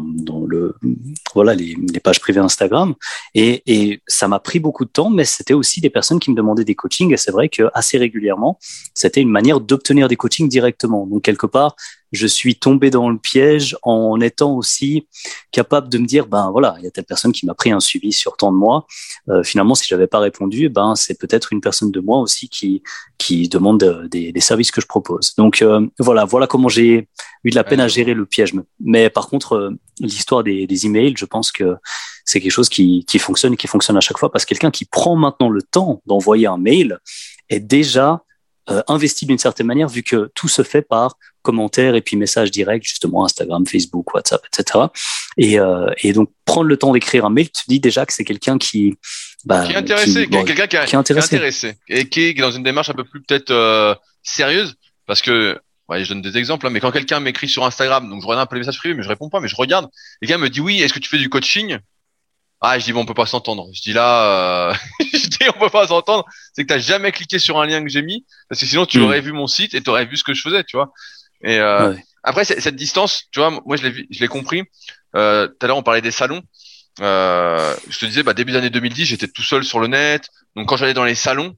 les pages privées Instagram. Et ça m'a pris beaucoup de temps, mais c'était aussi des personnes qui me demandaient des coachings. Et c'est vrai que assez régulièrement, c'était une manière d'obtenir des coachings directement. Donc quelque part, je suis tombé dans le piège en étant aussi capable de me dire, ben voilà, il y a telle personne qui m'a pris un suivi sur tant de mois. Finalement, si j'avais pas répondu, ben c'est peut-être une personne de moi aussi qui demande des services que je propose. Donc voilà comment j'ai eu de la peine à gérer le piège. Mais par contre, l'histoire des emails, je pense que c'est quelque chose qui fonctionne et qui fonctionne à chaque fois parce que quelqu'un qui prend maintenant le temps d'envoyer un mail est déjà investi d'une certaine manière vu que tout se fait par commentaires et puis messages directs, justement Instagram, Facebook, WhatsApp, etc. Et donc prendre le temps d'écrire un mail, tu te dis déjà que c'est quelqu'un qui est intéressé, quelqu'un qui est intéressé et qui est dans une démarche un peu plus peut-être sérieuse parce que ouais, je donne des exemples, hein, mais quand quelqu'un m'écrit sur Instagram, donc je regarde un peu les messages privés, mais je réponds pas, mais je regarde. Quelqu'un me dit oui, est-ce que tu fais du coaching? Ah, je dis bon, on peut pas s'entendre. Je dis là, je dis on peut pas s'entendre. C'est que t'as jamais cliqué sur un lien que j'ai mis, parce que sinon tu aurais vu mon site et tu aurais vu ce que je faisais, tu vois. Et après cette distance, tu vois, moi je l'ai compris. Tout à l'heure on parlait des salons. Je te disais, début d'année 2010, j'étais tout seul sur le net. Donc quand j'allais dans les salons,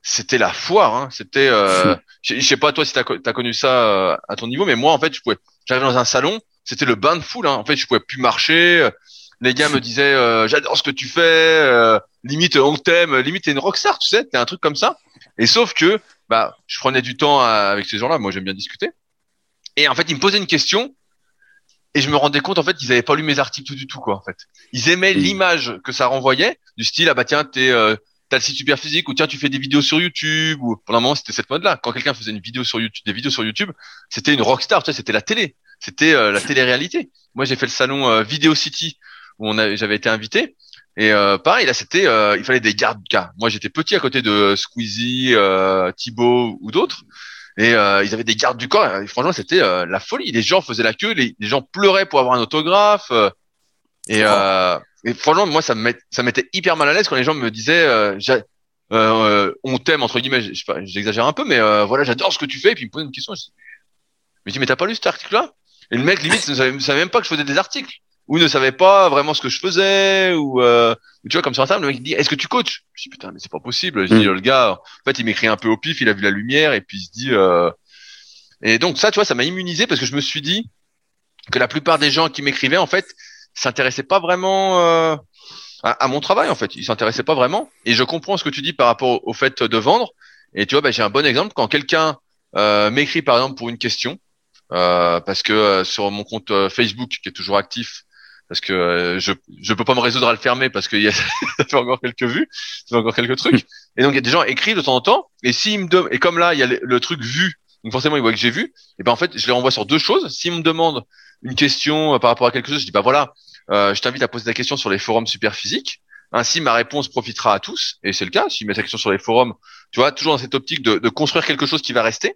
c'était la foire. Hein. C'était, je sais pas toi si t'as connu ça à ton niveau, mais moi en fait, j'arrivais dans un salon, c'était le bain de foule. Hein. En fait, je pouvais plus marcher. Les gars me disaient, j'adore ce que tu fais. Limite, on t'aime. Limite, t'es une rockstar, tu sais, t'es un truc comme ça. Et sauf que, bah, je prenais du temps avec ces gens-là. Moi, j'aime bien discuter. Et en fait, ils me posaient une question. Et je me rendais compte en fait qu'ils avaient pas lu mes articles du tout quoi en fait. Ils aimaient l'image que ça renvoyait du style ah bah tiens t'as le site super physique ou tiens tu fais des vidéos sur YouTube ou pendant un moment c'était cette mode là. Quand quelqu'un faisait une vidéo sur YouTube, des vidéos sur YouTube, c'était une rockstar, tu sais, c'était la télé, c'était la télé-réalité. Moi j'ai fait le salon Video City où j'avais été invité et pareil là c'était il fallait des gardes gars. Moi j'étais petit à côté de Squeezie, Thibaut ou d'autres. Et ils avaient des gardes du corps. Et franchement, c'était la folie. Les gens faisaient la queue, les gens pleuraient pour avoir un autographe. Et franchement, moi, ça m'était hyper mal à l'aise quand les gens me disaient, on t'aime entre guillemets. Je sais pas, j'exagère un peu, mais voilà, j'adore ce que tu fais. Et puis ils me posaient une question. Je dis, mais t'as pas lu cet article-là? Et le mec limite ne savait même pas que je faisais des articles ou ne savait pas vraiment ce que je faisais ou tu vois comme sur Instagram, le mec il dit, est-ce que tu coaches? Je dis putain, mais c'est pas possible. Je dis le gars, en fait, il m'écrit un peu au pif, il a vu la lumière et puis il se dit. Et donc ça, tu vois, ça m'a immunisé parce que je me suis dit que la plupart des gens qui m'écrivaient, en fait, s'intéressaient pas vraiment à mon travail, en fait. Ils s'intéressaient pas vraiment. Et je comprends ce que tu dis par rapport au fait de vendre. Et tu vois, bah, j'ai un bon exemple quand quelqu'un m'écrit par exemple pour une question, parce que sur mon compte Facebook qui est toujours actif, parce que je peux pas me résoudre à le fermer parce qu'il y a ça fait encore quelques vues, ça fait encore quelques trucs. Et donc il y a des gens écrivent de temps en temps. Et s'ils me et comme là il y a le truc vu. Donc forcément, ils voient que j'ai vu. Et ben en fait, je les renvoie sur deux choses. S'ils me demandent une question par rapport à quelque chose, je dis bah voilà, je t'invite à poser ta question sur les forums super physiques. Ainsi, ma réponse profitera à tous. Et c'est le cas. S'ils mettent ta question sur les forums, tu vois, toujours dans cette optique de construire quelque chose qui va rester.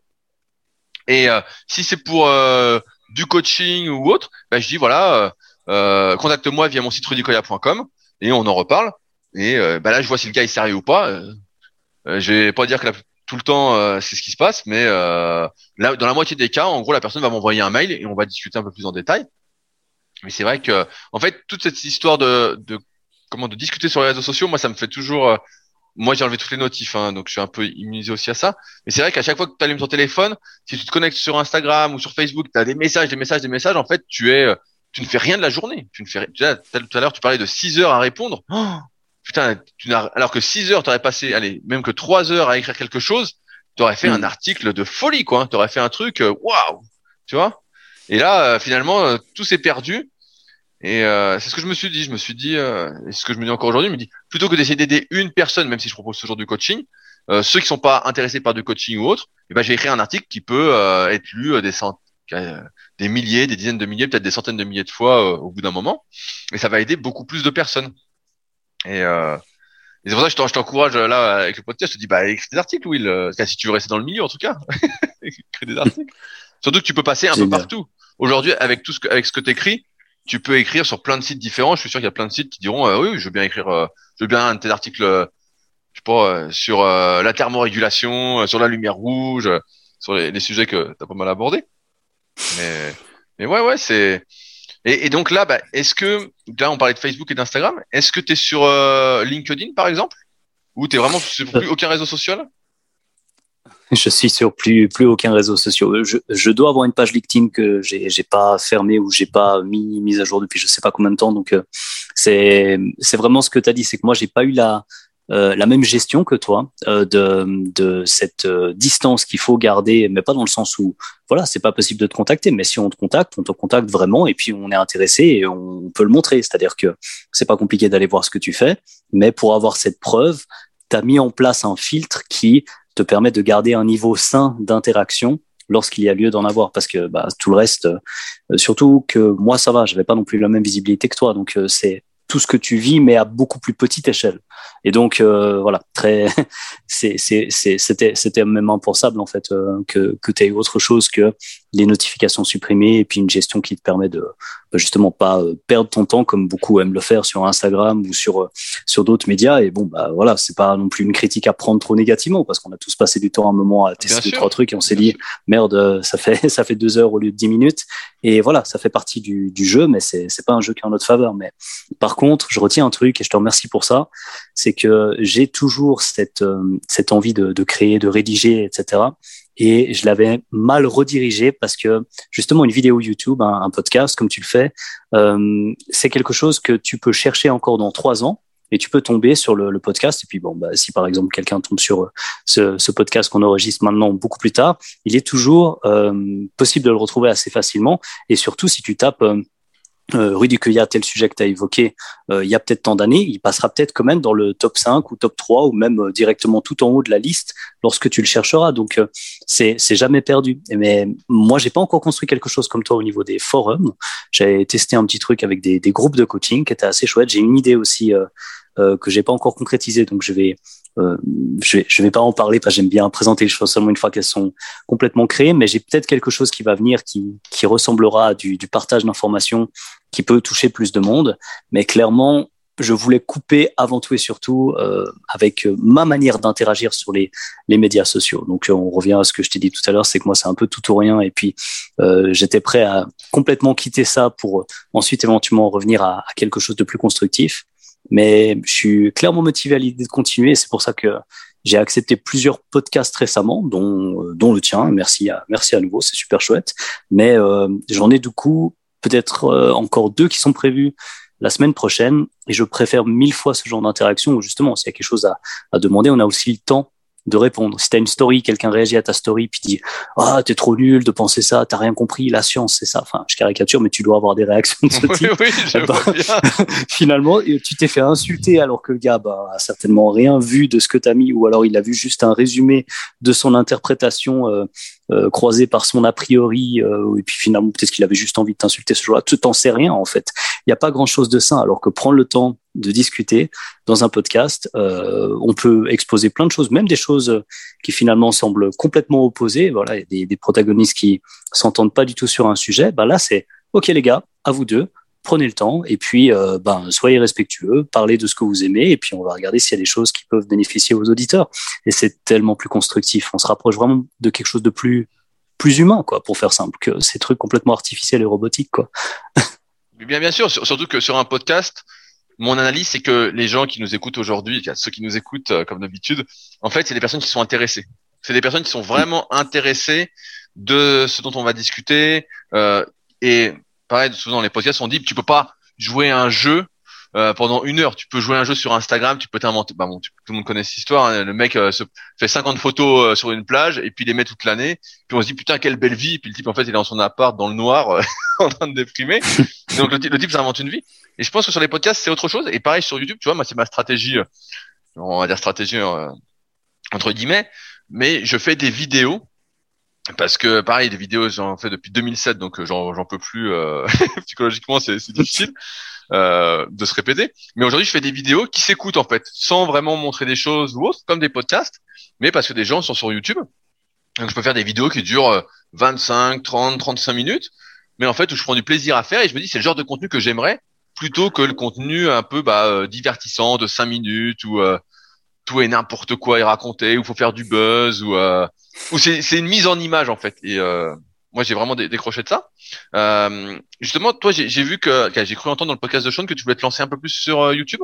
Et si c'est pour du coaching ou autre, bah, je dis voilà, contacte-moi via mon site rudicoya.com et on en reparle. Et bah là, je vois si le gars est sérieux ou pas. Je vais pas dire que tout le temps c'est ce qui se passe, mais là, dans la moitié des cas, en gros, la personne va m'envoyer un mail et on va discuter un peu plus en détail. Mais c'est vrai que, en fait, toute cette histoire de discuter sur les réseaux sociaux, moi, ça me fait toujours. Moi, j'ai enlevé toutes les notifs, hein, donc je suis un peu immunisé aussi à ça. Mais c'est vrai qu'à chaque fois que tu allumes ton téléphone, si tu te connectes sur Instagram ou sur Facebook, tu as des messages, des messages, des messages. En fait, tu ne fais rien de la journée. Tu ne fais, tout à l'heure, tu parlais de 6 heures à répondre. Oh, putain, alors que 6 heures, t'aurais passé, allez, même que 3 heures à écrire quelque chose, t'aurais fait un article de folie, quoi. Hein. T'aurais fait un truc, waouh, tu vois. Et là, finalement, tout s'est perdu. Et c'est ce que je me suis dit. Je me suis dit, et ce que je me dis encore aujourd'hui, je me dis, plutôt que d'essayer d'aider une personne, même si je propose toujours du coaching, ceux qui sont pas intéressés par du coaching ou autre, eh ben, j'ai écrit un article qui peut être lu des milliers, des dizaines de milliers, peut-être des centaines de milliers de fois au bout d'un moment. Et ça va aider beaucoup plus de personnes. Et, et c'est pour ça que je t'encourage là avec le podcast. Je te dis, bah, écris des articles, Will. Si tu veux rester dans le milieu, en tout cas, écris des articles. Surtout que tu peux passer un peu partout. Aujourd'hui, avec avec ce que t'écris, tu peux écrire sur plein de sites différents. Je suis sûr qu'il y a plein de sites qui diront, oui, je veux bien écrire, je veux bien un tel article, je sais pas, sur la thermorégulation, sur la lumière rouge, sur les sujets que t'as pas mal abordés. Mais ouais, c'est. Et donc là, bah, là, on parlait de Facebook et d'Instagram. Est-ce que tu es sur LinkedIn, par exemple, ou t'es vraiment sur plus aucun réseau social? Je suis sur plus aucun réseau social. Je dois avoir une page LinkedIn que j'ai pas fermée ou j'ai pas mise à jour depuis je sais pas combien de temps. Donc c'est vraiment ce que tu as dit, c'est que moi j'ai pas eu la même gestion que toi de cette distance qu'il faut garder, mais pas dans le sens où voilà, c'est pas possible de te contacter, mais si on te contacte vraiment et puis on est intéressé et on peut le montrer. C'est-à-dire que c'est pas compliqué d'aller voir ce que tu fais, mais pour avoir cette preuve, tu as mis en place un filtre qui te permet de garder un niveau sain d'interaction lorsqu'il y a lieu d'en avoir, parce que bah, tout le reste, surtout que moi ça va, j'avais pas non plus la même visibilité que toi, donc c'est tout ce que tu vis, mais à beaucoup plus petite échelle. Et donc voilà, c'était même impensable en fait que tu aies autre chose que les notifications supprimées et puis une gestion qui te permet de justement pas perdre ton temps comme beaucoup aiment le faire sur Instagram ou sur d'autres médias. Et bon bah voilà, c'est pas non plus une critique à prendre trop négativement parce qu'on a tous passé du temps à un moment à tester 2-3 trucs et on s'est dit merde, ça fait 2 heures au lieu de 10 minutes. Et voilà, ça fait partie du jeu, mais c'est pas un jeu qui est en notre faveur. Mais par contre, je retiens un truc et je te remercie pour ça. c'est que j'ai toujours cette envie de créer, de rédiger, etc. Et je l'avais mal redirigé parce que justement une vidéo YouTube, un podcast comme tu le fais, c'est quelque chose que tu peux chercher encore dans 3 ans. Et tu peux tomber sur le podcast. Et puis bon, si par exemple quelqu'un tombe sur ce podcast qu'on enregistre maintenant beaucoup plus tard, il est toujours possible de le retrouver assez facilement. Et surtout, si tu tapes Rudy Cueillat, tel sujet que tu as évoqué il y a peut-être tant d'années, il passera peut-être quand même dans le top 5 ou top 3 ou même directement tout en haut de la liste lorsque tu le chercheras. Donc, c'est jamais perdu. Mais moi, j'ai pas encore construit quelque chose comme toi au niveau des forums. J'ai testé un petit truc avec des groupes de coaching qui étaient assez chouettes. J'ai une idée aussi que j'ai pas encore concrétisée, donc je vais pas en parler parce que j'aime bien présenter les choses seulement une fois qu'elles sont complètement créées, mais j'ai peut-être quelque chose qui va venir qui ressemblera à du partage d'informations qui peut toucher plus de monde, mais clairement je voulais couper avant tout et surtout avec ma manière d'interagir sur les médias sociaux. Donc on revient à ce que je t'ai dit tout à l'heure, c'est que moi c'est un peu tout ou rien, et puis j'étais prêt à complètement quitter ça pour ensuite éventuellement revenir à quelque chose de plus constructif. Mais je suis clairement motivé à l'idée de continuer, et c'est pour ça que j'ai accepté plusieurs podcasts récemment, dont le tien. Merci à nouveau, c'est super chouette. Mais j'en ai du coup peut-être encore 2 qui sont prévus la semaine prochaine, et je préfère 1000 fois ce genre d'interaction où justement, s'il y a quelque chose à demander, on a aussi le temps de répondre. Si t'as une story, quelqu'un réagit à ta story puis dit t'es trop nul de penser ça, t'as rien compris, la science c'est ça. Enfin, je caricature, mais tu dois avoir des réactions de ce type. Oui, je vois bien. Finalement, tu t'es fait insulter alors que le gars a certainement rien vu de ce que t'as mis, ou alors il a vu juste un résumé de son interprétation croisée par son a priori, et puis finalement peut-être qu'il avait juste envie de t'insulter ce jour-là. Tu t'en sais rien en fait. Il n'y a pas grand-chose de ça, alors que prendre le temps de discuter dans un podcast, on peut exposer plein de choses, même des choses qui finalement semblent complètement opposées. Voilà, il y a des protagonistes qui s'entendent pas du tout sur un sujet. Là, c'est OK les gars, à vous deux, prenez le temps et puis soyez respectueux, parlez de ce que vous aimez, et puis on va regarder s'il y a des choses qui peuvent bénéficier aux auditeurs. Et c'est tellement plus constructif. On se rapproche vraiment de quelque chose de plus humain, quoi, pour faire simple, que ces trucs complètement artificiels et robotiques, quoi. Bien sûr, surtout que sur un podcast, mon analyse, c'est que les gens qui nous écoutent aujourd'hui, ceux qui nous écoutent comme d'habitude, en fait, c'est des personnes qui sont intéressées. C'est des personnes qui sont vraiment intéressées de ce dont on va discuter. Et pareil, souvent dans les podcasts, on dit tu peux pas jouer un jeu pendant 1 heure. Tu peux jouer un jeu sur Instagram, tu peux t'inventer. Tout le monde connaît cette histoire. Hein, le mec se fait 50 photos sur une plage et puis il les met toute l'année. Puis on se dit putain quelle belle vie. Et puis le type en fait il est dans son appart dans le noir en train de déprimer. Et donc le type s'invente une vie. Et je pense que sur les podcasts c'est autre chose. Et pareil sur YouTube, tu vois, moi c'est ma stratégie, on va dire stratégie entre guillemets. Mais je fais des vidéos. Parce que pareil, des vidéos j'en fais depuis 2007, donc j'en peux plus psychologiquement c'est difficile de se répéter. Mais aujourd'hui je fais des vidéos qui s'écoutent en fait, sans vraiment montrer des choses ou autres, comme des podcasts, mais parce que des gens sont sur YouTube. Donc je peux faire des vidéos qui durent 25, 30, 35 minutes, mais en fait où je prends du plaisir à faire et je me dis c'est le genre de contenu que j'aimerais plutôt que le contenu un peu divertissant de 5 minutes où tout et n'importe quoi est raconté, où faut faire du buzz, ou c'est une mise en image en fait. Et moi j'ai vraiment décroché de ça. Justement, toi j'ai vu que j'ai cru entendre dans le podcast de Sean que tu voulais te lancer un peu plus sur YouTube.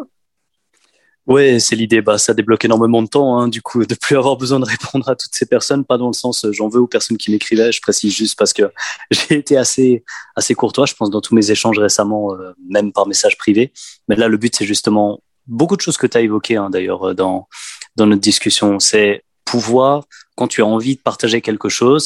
Ouais, c'est l'idée. Ça débloque énormément de temps, hein, du coup, de plus avoir besoin de répondre à toutes ces personnes, pas dans le sens j'en veux aux personnes qui m'écrivaient. Je précise juste parce que j'ai été assez courtois, je pense, dans tous mes échanges récemment, même par message privé. Mais là, le but, c'est justement beaucoup de choses que tu as évoquées, hein, d'ailleurs, dans notre discussion. C'est pouvoir, quand tu as envie de partager quelque chose,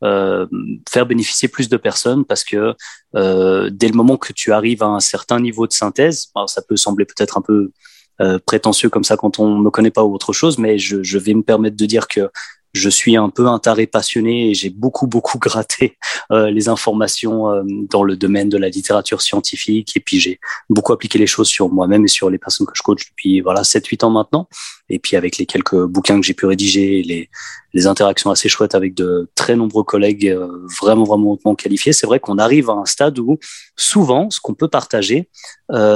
faire bénéficier plus de personnes, parce que dès le moment que tu arrives à un certain niveau de synthèse, alors ça peut sembler peut-être un peu prétentieux comme ça quand on me connaît pas ou autre chose, mais je vais me permettre de dire que je suis un peu un taré passionné et j'ai beaucoup gratté les informations dans le domaine de la littérature scientifique, et puis j'ai beaucoup appliqué les choses sur moi-même et sur les personnes que je coach depuis 7-8 ans maintenant, et puis avec les quelques bouquins que j'ai pu rédiger, les interactions assez chouettes avec de très nombreux collègues vraiment hautement qualifiés, c'est vrai qu'on arrive à un stade où souvent ce qu'on peut partager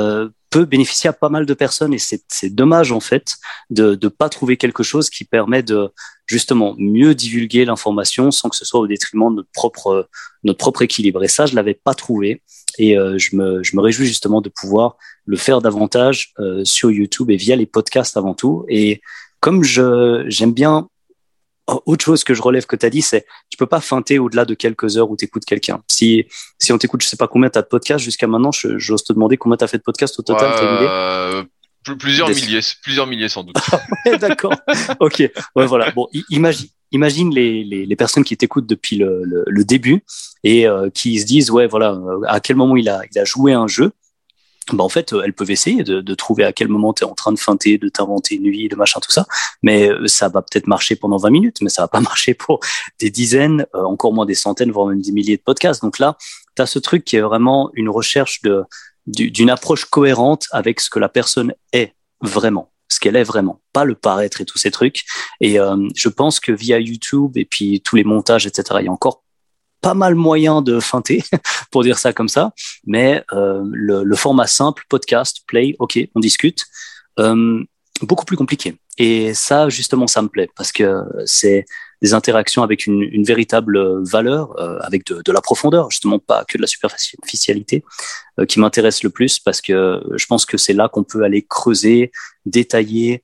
peut bénéficier à pas mal de personnes et c'est dommage en fait de pas trouver quelque chose qui permet de justement mieux divulguer l'information sans que ce soit au détriment de notre propre équilibre. Et ça, je l'avais pas trouvé et je me réjouis justement de pouvoir le faire davantage sur YouTube et via les podcasts avant tout. Et comme j'aime bien. Autre chose que je relève que tu as dit, c'est tu peux pas feinter au-delà de quelques heures où tu écoutes quelqu'un. Si on t'écoute, je sais pas combien tu as de podcasts jusqu'à maintenant, j'ose te demander combien tu as fait de podcasts au total, t'as une idée? Plusieurs milliers sans doute. Ouais, d'accord. OK. Ouais, voilà. Bon, imagine les personnes qui t'écoutent depuis le début et qui se disent ouais, voilà, à quel moment il a joué un jeu. En fait, elles peuvent essayer de trouver à quel moment tu es en train de feinter, de t'inventer une vie, de machin, tout ça. Mais ça va peut-être marcher pendant 20 minutes, mais ça va pas marcher pour des dizaines, encore moins des centaines, voire même des milliers de podcasts. Donc là, tu as ce truc qui est vraiment une recherche d'une approche cohérente avec ce que la personne est vraiment, ce qu'elle est vraiment, pas le paraître et tous ces trucs. Et je pense que via YouTube et puis tous les montages, etc., il y a encore pas mal moyen de feinter, pour dire ça comme ça, mais le format simple, podcast, play, ok, on discute, beaucoup plus compliqué. Et ça, justement, ça me plaît, parce que c'est des interactions avec une véritable valeur, avec de la profondeur, justement, pas que de la superficialité, qui m'intéresse le plus, parce que je pense que c'est là qu'on peut aller creuser, détailler,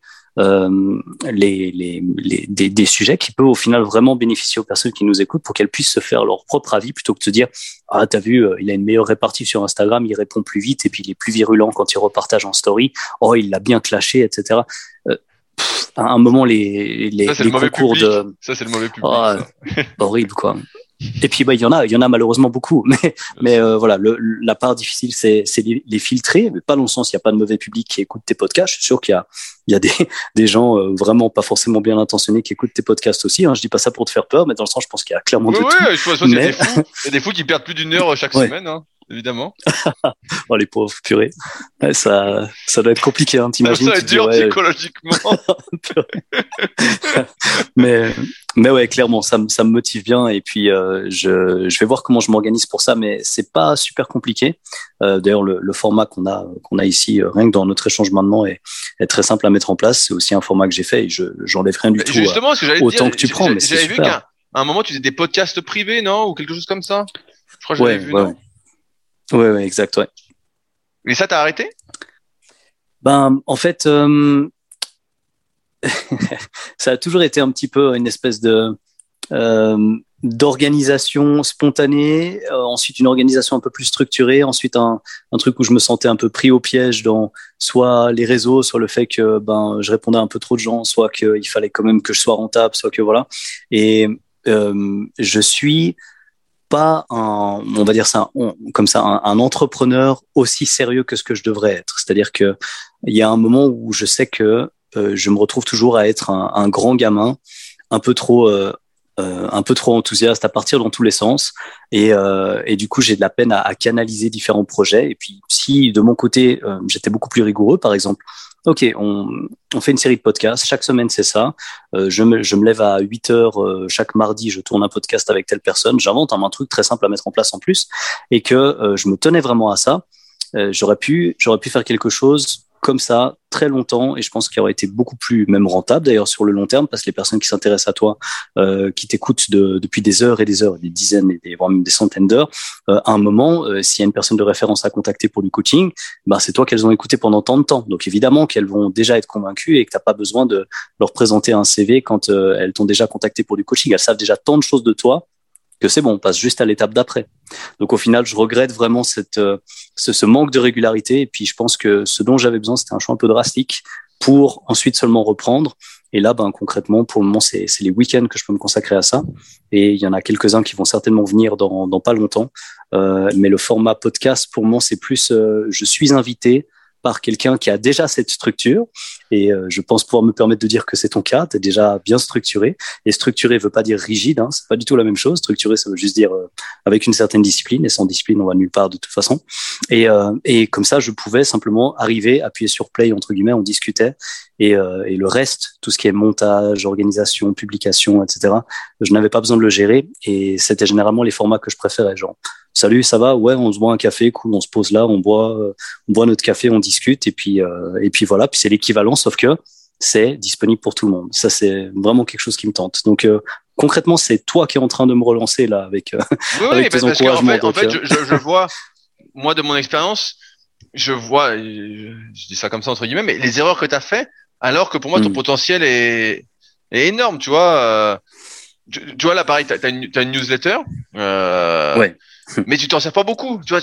des sujets qui peuvent au final vraiment bénéficier aux personnes qui nous écoutent pour qu'elles puissent se faire leur propre avis plutôt que de se dire ah t'as vu il a une meilleure répartie sur Instagram, il répond plus vite et puis il est plus virulent quand il repartage en story, oh il l'a bien clashé, etc. À un moment les concours de ça c'est le mauvais public, horrible quoi. Et puis il y en a malheureusement beaucoup, mais voilà, la part difficile c'est les filtrer, mais pas dans le sens il y a pas de mauvais public qui écoute tes podcasts. Je suis sûr qu'il y a des gens vraiment pas forcément bien intentionnés qui écoutent tes podcasts aussi, hein. Je dis pas ça pour te faire peur, mais dans le sens je pense qu'il y a clairement de tout. Je pense qu'il y a des fous qui perdent plus d'une heure chaque semaine, hein, évidemment. Oh les pauvres purées. Ouais, ça doit être compliqué, hein, t'imagines. Ça va être dur psychologiquement. mais ouais, clairement, ça me motive bien et puis je vais voir comment je m'organise pour ça, mais c'est pas super compliqué. D'ailleurs, le format qu'on a ici, rien que dans notre échange maintenant, est très simple à mettre en place. C'est aussi un format que j'ai fait et j'enlève rien du tout. Justement, ce que j'allais autant dire, que tu prends, mais c'est super. J'avais vu qu'à un moment tu faisais des podcasts privés, non, ou quelque chose comme ça. Je crois que j'avais vu. Non ouais, exact, ouais. Et ça, t'as arrêté? Ben, en fait. Ça a toujours été un petit peu une espèce d'organisation spontanée, ensuite une organisation un peu plus structurée, ensuite un truc où je me sentais un peu pris au piège dans soit les réseaux, soit le fait que je répondais à un peu trop de gens, soit qu'il fallait quand même que je sois rentable, soit que voilà. Et je suis pas on va dire ça comme ça, un entrepreneur aussi sérieux que ce que je devrais être. C'est-à-dire que il y a un moment où je sais que je me retrouve toujours à être un grand gamin, un peu trop enthousiaste, à partir dans tous les sens, et du coup j'ai de la peine à canaliser différents projets. Et puis si de mon côté j'étais beaucoup plus rigoureux, par exemple, ok, on fait une série de podcasts, chaque semaine c'est ça, je me lève à 8h chaque mardi, je tourne un podcast avec telle personne, j'invente un truc très simple à mettre en place en plus, et que je me tenais vraiment à ça, j'aurais pu faire quelque chose comme ça très longtemps, et je pense qu'il aurait été beaucoup plus même rentable d'ailleurs sur le long terme, parce que les personnes qui s'intéressent à toi, qui t'écoutent depuis des heures et des heures, des dizaines et voire même des centaines d'heures, à un moment, s'il y a une personne de référence à contacter pour du coaching, c'est toi qu'elles ont écouté pendant tant de temps. Donc évidemment qu'elles vont déjà être convaincues et que t'as pas besoin de leur présenter un CV quand elles t'ont déjà contacté pour du coaching. Elles savent déjà tant de choses de toi que c'est bon, on passe juste à l'étape d'après. Donc au final, je regrette vraiment ce manque de régularité, et puis je pense que ce dont j'avais besoin, c'était un choix un peu drastique pour ensuite seulement reprendre. Et là, concrètement, pour le moment, c'est les week-ends que je peux me consacrer à ça, et il y en a quelques-uns qui vont certainement venir dans pas longtemps. Mais le format podcast, pour le moment, c'est plus je suis invité par quelqu'un qui a déjà cette structure, et je pense pouvoir me permettre de dire que c'est ton cas. Tu es déjà bien structuré, et structuré veut pas dire rigide, hein, c'est pas du tout la même chose. Structuré, ça veut juste dire avec une certaine discipline, et sans discipline on va nulle part de toute façon. Et comme ça je pouvais simplement arriver, appuyer sur play entre guillemets, on discutait, et le reste, tout ce qui est montage, organisation, publication, etc., je n'avais pas besoin de le gérer, et c'était généralement les formats que je préférais, genre salut, ça va? Ouais, on se boit un café, cool, on se pose là, on boit notre café, on discute, et puis voilà. Puis c'est l'équivalent, sauf que c'est disponible pour tout le monde. Ça, c'est vraiment quelque chose qui me tente. Donc, concrètement, c'est toi qui es en train de me relancer là avec, avec tes encouragements. En fait, je vois, moi, de mon expérience, je vois, je dis ça comme ça entre guillemets, mais les erreurs que tu as fait, alors que pour moi, ton potentiel est énorme, tu vois. Tu vois, là, pareil, t'as une newsletter, Ouais. mais tu t'en sers pas beaucoup, tu vois,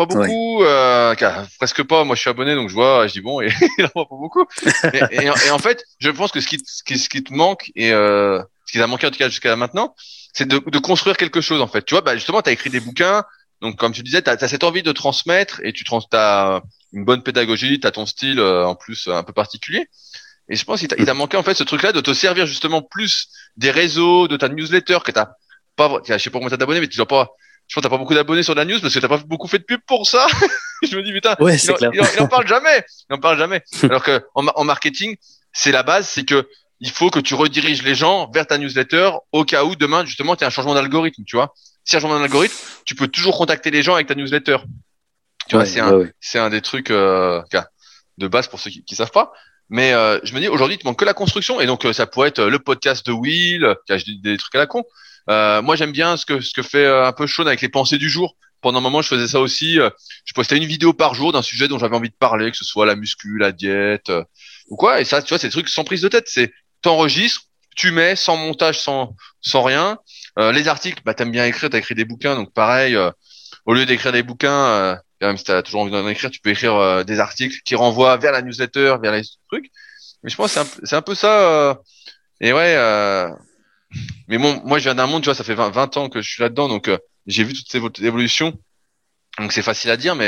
presque pas. Moi, je suis abonné, donc je dis bon, et il en voit pas beaucoup. Et en fait, je pense que ce qui te manque et ce qui t'a manqué en tout cas jusqu'à maintenant, c'est de construire quelque chose en fait. Tu vois, bah justement, t'as écrit des bouquins, donc comme tu disais, t'as cette envie de transmettre et t'as une bonne pédagogie, t'as ton style en plus un peu particulier. Et je pense qu'il t'a manqué en fait ce truc-là de te servir justement plus des réseaux, de ta newsletter que t'as pas, je sais pas combien t'as d'abonnés, mais tu dois pas, je pense que t'as pas beaucoup d'abonnés sur la news parce que t'as pas beaucoup fait de pub pour ça. Je me dis putain, ouais, il en parle jamais, Alors que en marketing, c'est la base, c'est que il faut que tu rediriges les gens vers ta newsletter au cas où demain justement t'as un changement d'algorithme, tu vois. Si y a un changement d'algorithme, tu peux toujours contacter les gens avec ta newsletter. Tu vois, c'est un des trucs de base pour ceux qui savent pas. Mais je me dis aujourd'hui, il te manque que la construction et donc ça pourrait être le podcast de Will, je dis des trucs à la con. Moi, j'aime bien ce que fait un peu Sean avec les pensées du jour. Pendant un moment, je faisais ça aussi. Je postais une vidéo par jour d'un sujet dont j'avais envie de parler, que ce soit la muscu, la diète ou quoi. Et ça, tu vois, c'est des trucs sans prise de tête. C'est t'enregistres, tu mets sans montage, sans rien. Les articles, bah t'aimes bien écrire, t'as écrit des bouquins, donc pareil. Au lieu d'écrire des bouquins, même si t'as toujours envie d'en écrire, tu peux écrire des articles qui renvoient vers la newsletter, vers les trucs. Mais je pense que c'est un peu ça. Et ouais. Mais bon, moi, je viens d'un monde, tu vois, ça fait 20 ans que je suis là-dedans, donc j'ai vu toutes ces évolutions. Donc c'est facile à dire, mais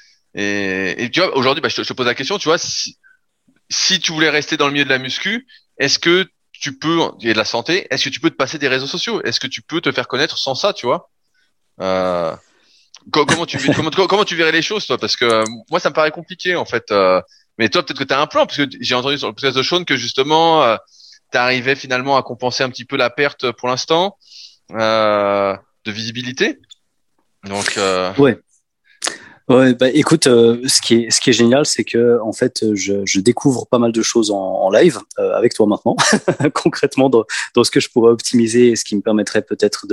et tu vois, aujourd'hui, bah, je te pose la question, tu vois, si tu voulais rester dans le milieu de la muscu, est-ce que tu peux, et de la santé, est-ce que tu peux te passer des réseaux sociaux? Est-ce que tu peux te faire connaître sans ça, tu vois? Comment tu verrais les choses, toi? Parce que moi, ça me paraît compliqué, en fait. Mais toi, peut-être que tu as un plan, parce que j'ai entendu sur le podcast de Sean que justement, tu arrivais finalement à compenser un petit peu la perte pour l'instant de visibilité. Donc, Ouais. Ouais, bah écoute, ce qui est génial, c'est que en fait, je découvre pas mal de choses en live avec toi maintenant, concrètement dans ce que je pourrais optimiser et ce qui me permettrait peut-être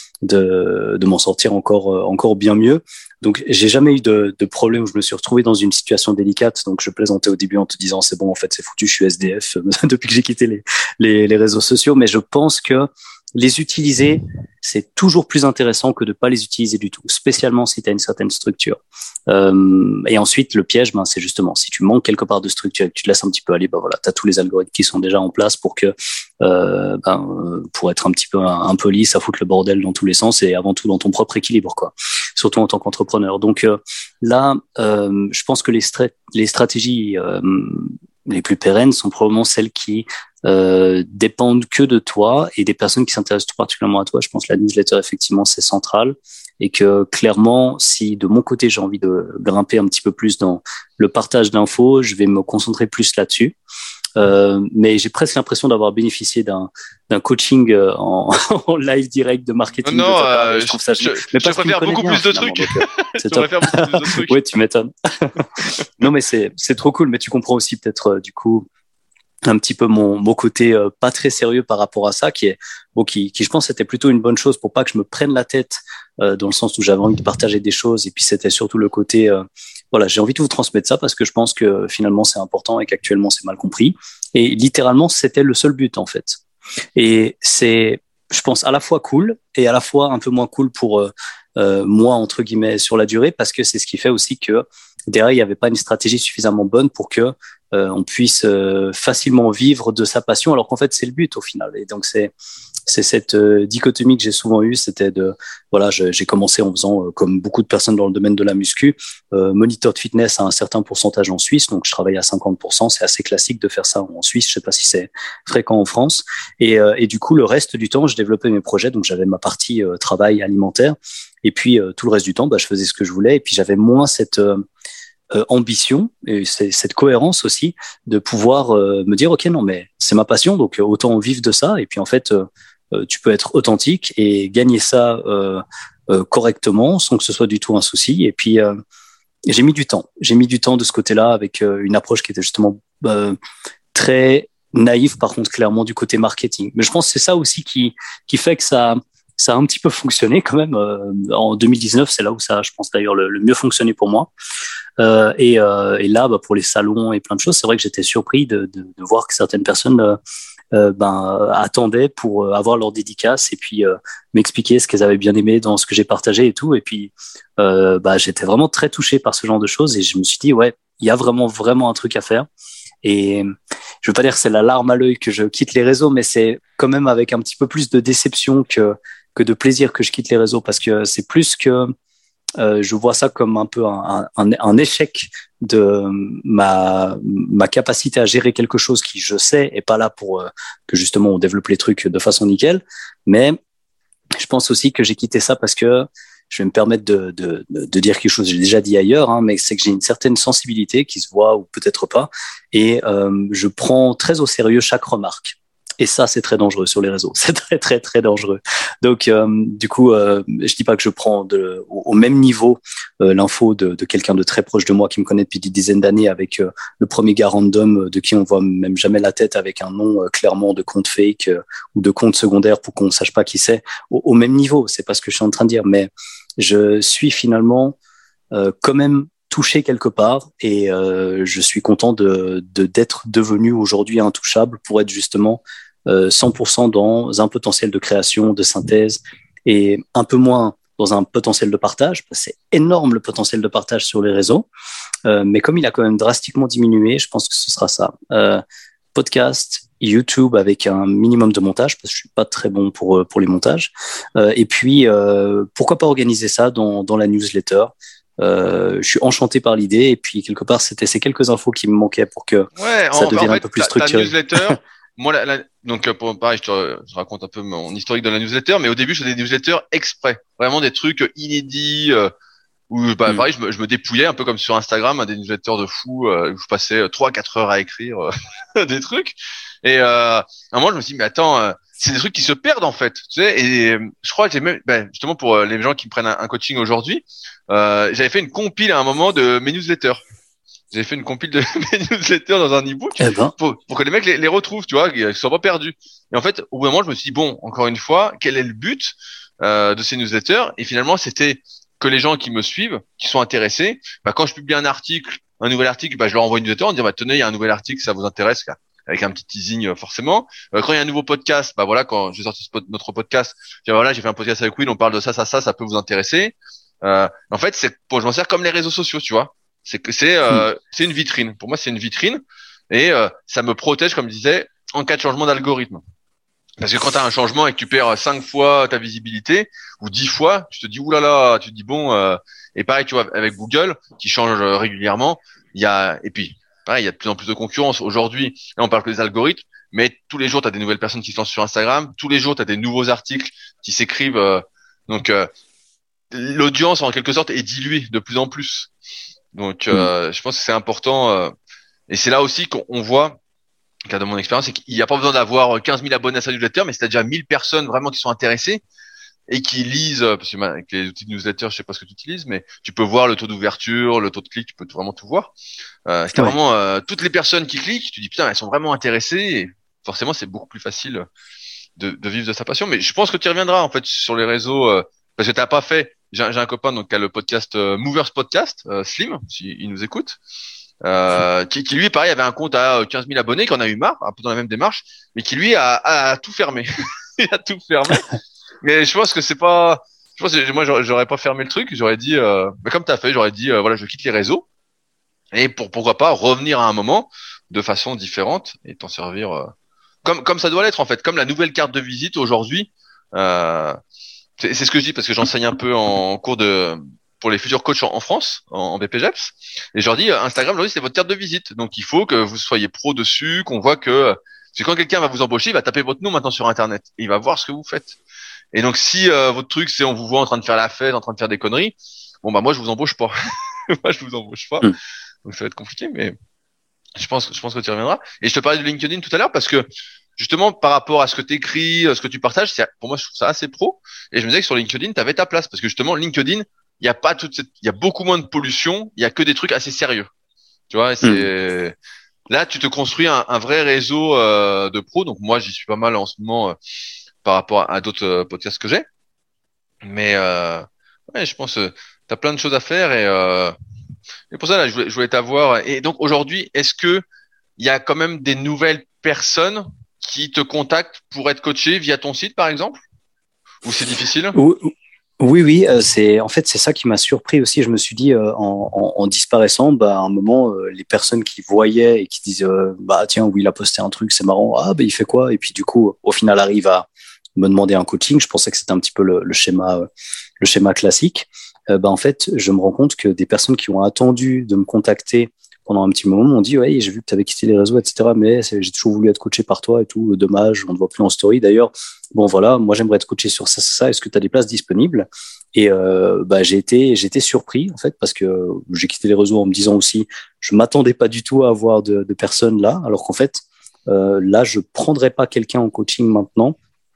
de m'en sortir encore bien mieux. Donc, j'ai jamais eu de problème où je me suis retrouvé dans une situation délicate. Donc, je plaisantais au début en te disant c'est bon, en fait, c'est foutu, je suis SDF depuis que j'ai quitté les réseaux sociaux. Mais je pense que les utiliser, c'est toujours plus intéressant que de pas les utiliser du tout, spécialement si tu as une certaine structure. Et ensuite, le piège, c'est justement, si tu manques quelque part de structure et que tu te laisses un petit peu aller, voilà, tu as tous les algorithmes qui sont déjà en place pour que, pour être un petit peu impoli, ça fout le bordel dans tous les sens et avant tout dans ton propre équilibre, quoi. Surtout en tant qu'entrepreneur. Donc là, je pense que les stratégies les plus pérennes sont probablement celles qui dépendent que de toi et des personnes qui s'intéressent tout particulièrement à toi. Je pense que la newsletter, effectivement, c'est central et que clairement, si de mon côté, j'ai envie de grimper un petit peu plus dans le partage d'infos, je vais me concentrer plus là-dessus. Mais j'ai presque l'impression d'avoir bénéficié d'un coaching en live direct de marketing. Non, je trouve ça. Mais je préfère beaucoup plus de trucs. C'est top. Oui, tu m'étonnes. Non, mais c'est trop cool. Mais tu comprends aussi peut-être du coup un petit peu mon côté pas très sérieux par rapport à ça, qui je pense était plutôt une bonne chose pour pas que je me prenne la tête dans le sens où j'avais envie de partager des choses et puis c'était surtout le côté voilà, j'ai envie de vous transmettre ça parce que je pense que finalement c'est important et qu'actuellement c'est mal compris et littéralement c'était le seul but en fait. Et c'est, je pense, à la fois cool et à la fois un peu moins cool pour moi entre guillemets sur la durée parce que c'est ce qui fait aussi que derrière il n'y avait pas une stratégie suffisamment bonne pour que on puisse facilement vivre de sa passion alors qu'en fait c'est le but au final. Et donc c'est cette dichotomie que j'ai souvent eue, c'était de voilà, j'ai commencé en faisant comme beaucoup de personnes dans le domaine de la muscu, moniteur de fitness à un certain pourcentage en Suisse, donc je travaille à 50%, c'est assez classique de faire ça en Suisse, je sais pas si c'est fréquent en France et du coup le reste du temps je développais mes projets, donc j'avais ma partie travail alimentaire et puis tout le reste du temps je faisais ce que je voulais et puis j'avais moins cette ambition et c'est cette cohérence aussi de pouvoir me dire ok non mais c'est ma passion donc autant vivre de ça et puis en fait tu peux être authentique et gagner ça correctement, sans que ce soit du tout un souci. Et puis j'ai mis du temps. J'ai mis du temps de ce côté-là avec une approche qui était justement très naïve, par contre, clairement du côté marketing. Mais je pense que c'est ça aussi qui fait que ça a un petit peu fonctionné quand même. En 2019, c'est là où ça a, je pense d'ailleurs, le mieux fonctionné pour moi. Et là, pour les salons et plein de choses, c'est vrai que j'étais surpris de voir que certaines personnes attendaient pour avoir leur dédicace et puis m'expliquer ce qu'elles avaient bien aimé dans ce que j'ai partagé et tout. Et puis, j'étais vraiment très touché par ce genre de choses et je me suis dit, ouais, il y a vraiment un truc à faire. Et je veux pas dire que c'est la larme à l'œil que je quitte les réseaux, mais c'est quand même avec un petit peu plus de déception que de plaisir que je quitte les réseaux, parce que c'est plus que je vois ça comme un peu un échec de ma capacité à gérer quelque chose qui, je sais, est pas là pour que justement on développe les trucs de façon nickel. Mais je pense aussi que j'ai quitté ça parce que je vais me permettre de dire quelque chose que j'ai déjà dit ailleurs, hein, mais c'est que j'ai une certaine sensibilité qui se voit ou peut-être pas, et je prends très au sérieux chaque remarque. Et ça, c'est très dangereux sur les réseaux. C'est très, très, très dangereux. Donc, du coup, je dis pas que je prends au même niveau l'info de quelqu'un de très proche de moi qui me connaît depuis des dizaines d'années, avec le premier gars random de qui on voit même jamais la tête, avec un nom clairement de compte fake ou de compte secondaire pour qu'on sache pas qui c'est. Au même niveau, c'est pas ce que je suis en train de dire, mais je suis finalement quand même touché quelque part, et je suis content d'être devenu aujourd'hui intouchable pour être justement 100% dans un potentiel de création, de synthèse, et un peu moins dans un potentiel de partage. C'est énorme le potentiel de partage sur les réseaux, mais comme il a quand même drastiquement diminué, je pense que ce sera ça. Podcast, YouTube avec un minimum de montage, parce que je suis pas très bon pour les montages. Et puis, pourquoi pas organiser ça dans la newsletter. Je suis enchanté par l'idée, et puis quelque part c'était ces quelques infos qui me manquaient pour que ça devienne un peu plus structuré. Ta newsletter, moi, donc pareil, je raconte un peu mon historique de la newsletter, mais au début je faisais des newsletters exprès, vraiment des trucs inédits, où pareil, je me dépouillais un peu comme sur Instagram, des newsletters de fou, où je passais 3-4 heures à écrire des trucs. Et à un moment je me suis dit, mais attends, c'est des trucs qui se perdent en fait, tu sais. Et je crois que j'ai même, justement pour les gens qui me prennent un coaching aujourd'hui, j'avais fait une compile à un moment de mes newsletters. J'avais fait une compile de mes newsletters dans un e-book pour que les mecs les retrouvent, tu vois, qu'ils soient pas perdus. Et en fait, au bout d'un moment, je me suis dit, bon, encore une fois, quel est le but de ces newsletters? Et finalement, c'était que les gens qui me suivent, qui sont intéressés, quand je publie un article, un nouvel article, je leur envoie une newsletter en disant, tenez, il y a un nouvel article, ça vous intéresse, avec un petit teasing forcément. Quand il y a un nouveau podcast, quand j'ai sorti notre podcast, j'ai fait un podcast avec Will, on parle de ça peut vous intéresser. En fait, je m'en sers comme les réseaux sociaux, tu vois. C'est une vitrine. Pour moi, c'est une vitrine, et ça me protège, comme je disais, en cas de changement d'algorithme. Parce que quand tu as un changement et que tu perds 5 fois ta visibilité ou 10 fois, tu te dis oulala, tu te dis bon. Et pareil, tu vois, avec Google qui change régulièrement, et puis pareil, il y a de plus en plus de concurrence. Aujourd'hui, là, on parle que des algorithmes, mais tous les jours, tu as des nouvelles personnes qui se lancent sur Instagram. Tous les jours, tu as des nouveaux articles qui s'écrivent. Donc, l'audience, en quelque sorte, est diluée de plus en plus. Donc, je pense que c'est important. Et c'est là aussi qu'on voit, cas de mon expérience, c'est qu'il n'y a pas besoin d'avoir 15 000 abonnés à sa newsletter, mais c'est déjà 1000 personnes vraiment qui sont intéressées et qui lisent, parce que avec les outils de newsletter, je sais pas ce que tu utilises, mais tu peux voir le taux d'ouverture, le taux de clic, tu peux vraiment tout voir. C'est vraiment toutes les personnes qui cliquent, tu dis putain, elles sont vraiment intéressées, et forcément c'est beaucoup plus facile de vivre de sa passion. Mais je pense que tu reviendras en fait sur les réseaux, parce que t'as pas fait. J'ai un copain donc qui a le podcast Movers Podcast, Slim, s'il nous écoute. Qui lui pareil avait un compte à 15 000 abonnés, qui en a eu marre, un peu dans la même démarche, mais qui lui a tout fermé. Il a tout fermé. Mais je pense que c'est pas, je pense que moi j'aurais pas fermé le truc, j'aurais dit comme t'as fait, j'aurais dit voilà, je quitte les réseaux, et pourquoi pas revenir à un moment de façon différente et t'en servir comme ça doit l'être en fait, comme la nouvelle carte de visite aujourd'hui. C'est ce que je dis parce que j'enseigne un peu en cours pour les futurs coachs en France, en BPGEPS. Et je leur dis, Instagram, aujourd'hui, c'est votre carte de visite. Donc, il faut que vous soyez pro dessus, qu'on voit c'est quand quelqu'un va vous embaucher, il va taper votre nom maintenant sur Internet. Et il va voir ce que vous faites. Et donc, si votre truc, c'est on vous voit en train de faire la fête, en train de faire des conneries, bon, moi, je vous embauche pas. Moi, je vous embauche pas. Donc, ça va être compliqué, mais je pense que tu reviendras. Et je te parlais de LinkedIn tout à l'heure parce que justement, par rapport à ce que tu écris, ce que tu partages, pour moi, je trouve ça assez pro. Et je me disais que sur LinkedIn, tu avais ta place. Parce que justement, LinkedIn, il y a pas il y a beaucoup moins de pollution. Il y a que des trucs assez sérieux. Tu vois, là, tu te construis un vrai réseau de pros. Donc moi, j'y suis pas mal en ce moment par rapport à d'autres podcasts que j'ai. Mais ouais, je pense tu as plein de choses à faire et pour ça là, je voulais t'avoir. Et donc aujourd'hui, est-ce que il y a quand même des nouvelles personnes qui te contactent pour être coaché via ton site, par exemple, ou c'est difficile? Oui, oui, c'est ça qui m'a surpris aussi. Je me suis dit en disparaissant, bah à un moment les personnes qui voyaient et qui disaient bah tiens oui il a posté un truc c'est marrant ah bah il fait quoi et puis du coup au final arrive à me demander un coaching. Je pensais que c'était un petit peu le schéma classique. Bah en fait je me rends compte que des personnes qui ont attendu de me contacter pendant un petit moment m'ont dit ouais j'ai vu que tu avais quitté les réseaux etc mais j'ai toujours voulu être coaché par toi et tout dommage on ne voit plus en story d'ailleurs. Bon voilà, moi j'aimerais être coaché sur ça. Est-ce que tu as des places disponibles? Et bah j'ai été surpris en fait parce que j'ai quitté les réseaux en me disant aussi, je m'attendais pas du tout à avoir de personnes là, alors qu'en fait là je prendrais pas quelqu'un en coaching maintenant.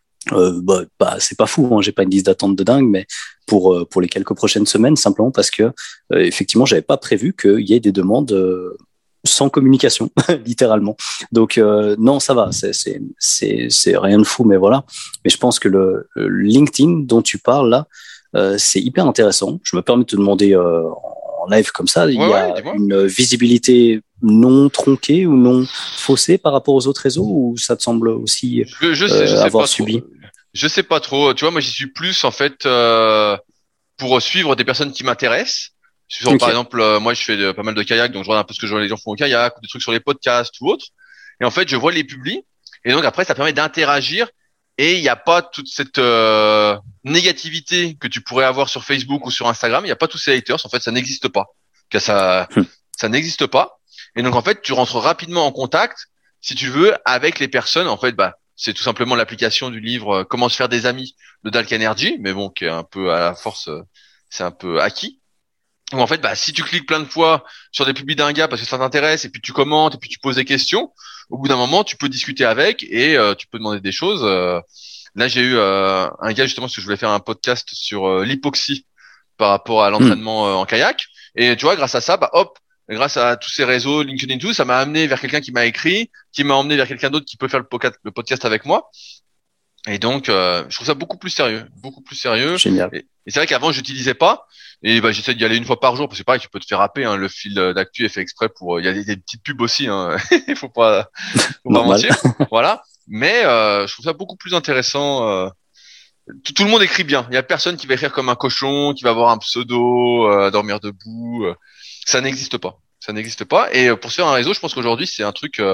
C'est pas fou, hein, j'ai pas une liste d'attente de dingue, mais pour les quelques prochaines semaines simplement parce que effectivement j'avais pas prévu qu'il y ait des demandes. Sans communication, littéralement. Donc non, ça va, c'est rien de fou, mais voilà. Mais je pense que le LinkedIn dont tu parles là, c'est hyper intéressant. Je me permets de te demander en live comme ça, il y a dis-moi. une visibilité non tronquée ou non faussée par rapport aux autres réseaux ou ça te semble aussi Je sais avoir pas trop. subi? Je sais pas trop. Tu vois, moi j'y suis plus en fait pour suivre des personnes qui m'intéressent. Par Ok. exemple, moi je fais pas mal de kayak, donc je regarde un peu ce que les gens font au kayak, des trucs sur les podcasts ou autres. Et en fait, je vois les publis. Et donc après, ça permet d'interagir. Et il n'y a pas toute cette négativité que tu pourrais avoir sur Facebook ou sur Instagram. Il n'y a pas tous ces haters. En fait, ça n'existe pas. Ça n'existe pas. Et donc en fait, tu rentres rapidement en contact, si tu veux, avec les personnes. En fait, bah, c'est tout simplement l'application du livre Comment se faire des amis de Dale Carnegie, mais bon, qui est un peu à la force, c'est un peu acquis. Où en fait, bah, si tu cliques plein de fois sur des publics d'un gars parce que ça t'intéresse, et puis tu commentes, et puis tu poses des questions, au bout d'un moment, tu peux discuter avec et tu peux demander des choses. Là, j'ai eu un gars justement parce que je voulais faire un podcast sur l'hypoxie par rapport à l'entraînement en kayak. Et tu vois, grâce à ça, bah hop, grâce à tous ces réseaux, LinkedIn, tout, ça m'a amené vers quelqu'un qui m'a écrit, qui m'a emmené vers quelqu'un d'autre qui peut faire le podcast avec moi. Et donc, je trouve ça beaucoup plus sérieux, beaucoup plus sérieux. Génial. Et c'est vrai qu'avant, j'utilisais pas. Et bah, j'essaie d'y aller une fois par jour parce que pareil, tu peux te faire happer. Hein, le fil d'actu est fait exprès pour. Il y a des petites pubs aussi. Hein. Il faut pas Normal. mentir. Voilà. Mais je trouve ça beaucoup plus intéressant. Tout le monde écrit bien. Il y a personne qui va écrire comme un cochon, qui va avoir un pseudo, dormir debout. Ça n'existe pas. Ça n'existe pas. Et pour se faire un réseau, je pense qu'aujourd'hui, c'est un truc.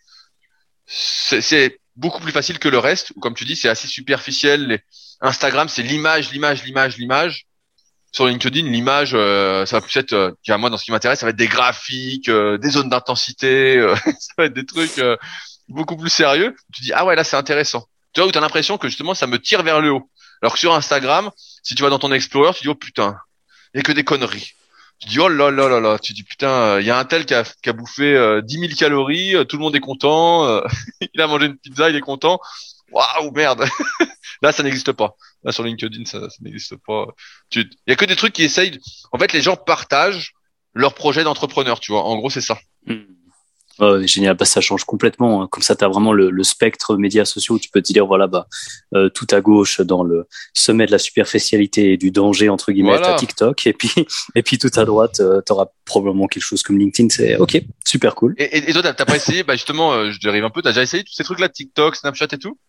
C'est beaucoup plus facile que le reste. Comme tu dis, c'est assez superficiel. Instagram, c'est l'image. Sur LinkedIn, l'image, ça va plus être, moi, dans ce qui m'intéresse, ça va être des graphiques, des zones d'intensité, ça va être des trucs beaucoup plus sérieux. Tu dis, ah ouais, là, c'est intéressant. Tu vois, où t'as l'impression que justement, ça me tire vers le haut. Alors que sur Instagram, si tu vas dans ton Explorer, tu dis, oh putain, il y a que des conneries. Tu dis, oh là là là là, tu dis, putain, il y a un tel qui a bouffé 10 000 calories, tout le monde est content, il a mangé une pizza, il est content. Waouh, merde. Là, ça n'existe pas. Là, sur LinkedIn, ça n'existe pas. Il y a que des trucs qui essayent. En fait, les gens partagent leur projet d'entrepreneur, tu vois. En gros, c'est ça. Génial, bah, ça change complètement. Hein. Comme ça, tu as vraiment le spectre médias sociaux où tu peux te dire, voilà, bah, tout à gauche, dans le sommet de la superficialité et du danger, entre guillemets, Voilà. t'as TikTok. Et puis tout à droite, tu auras probablement quelque chose comme LinkedIn. C'est OK, super cool. Et toi, t'as pas essayé, bah, justement, je dérive un peu, t'as déjà essayé tous ces trucs-là, TikTok, Snapchat et tout?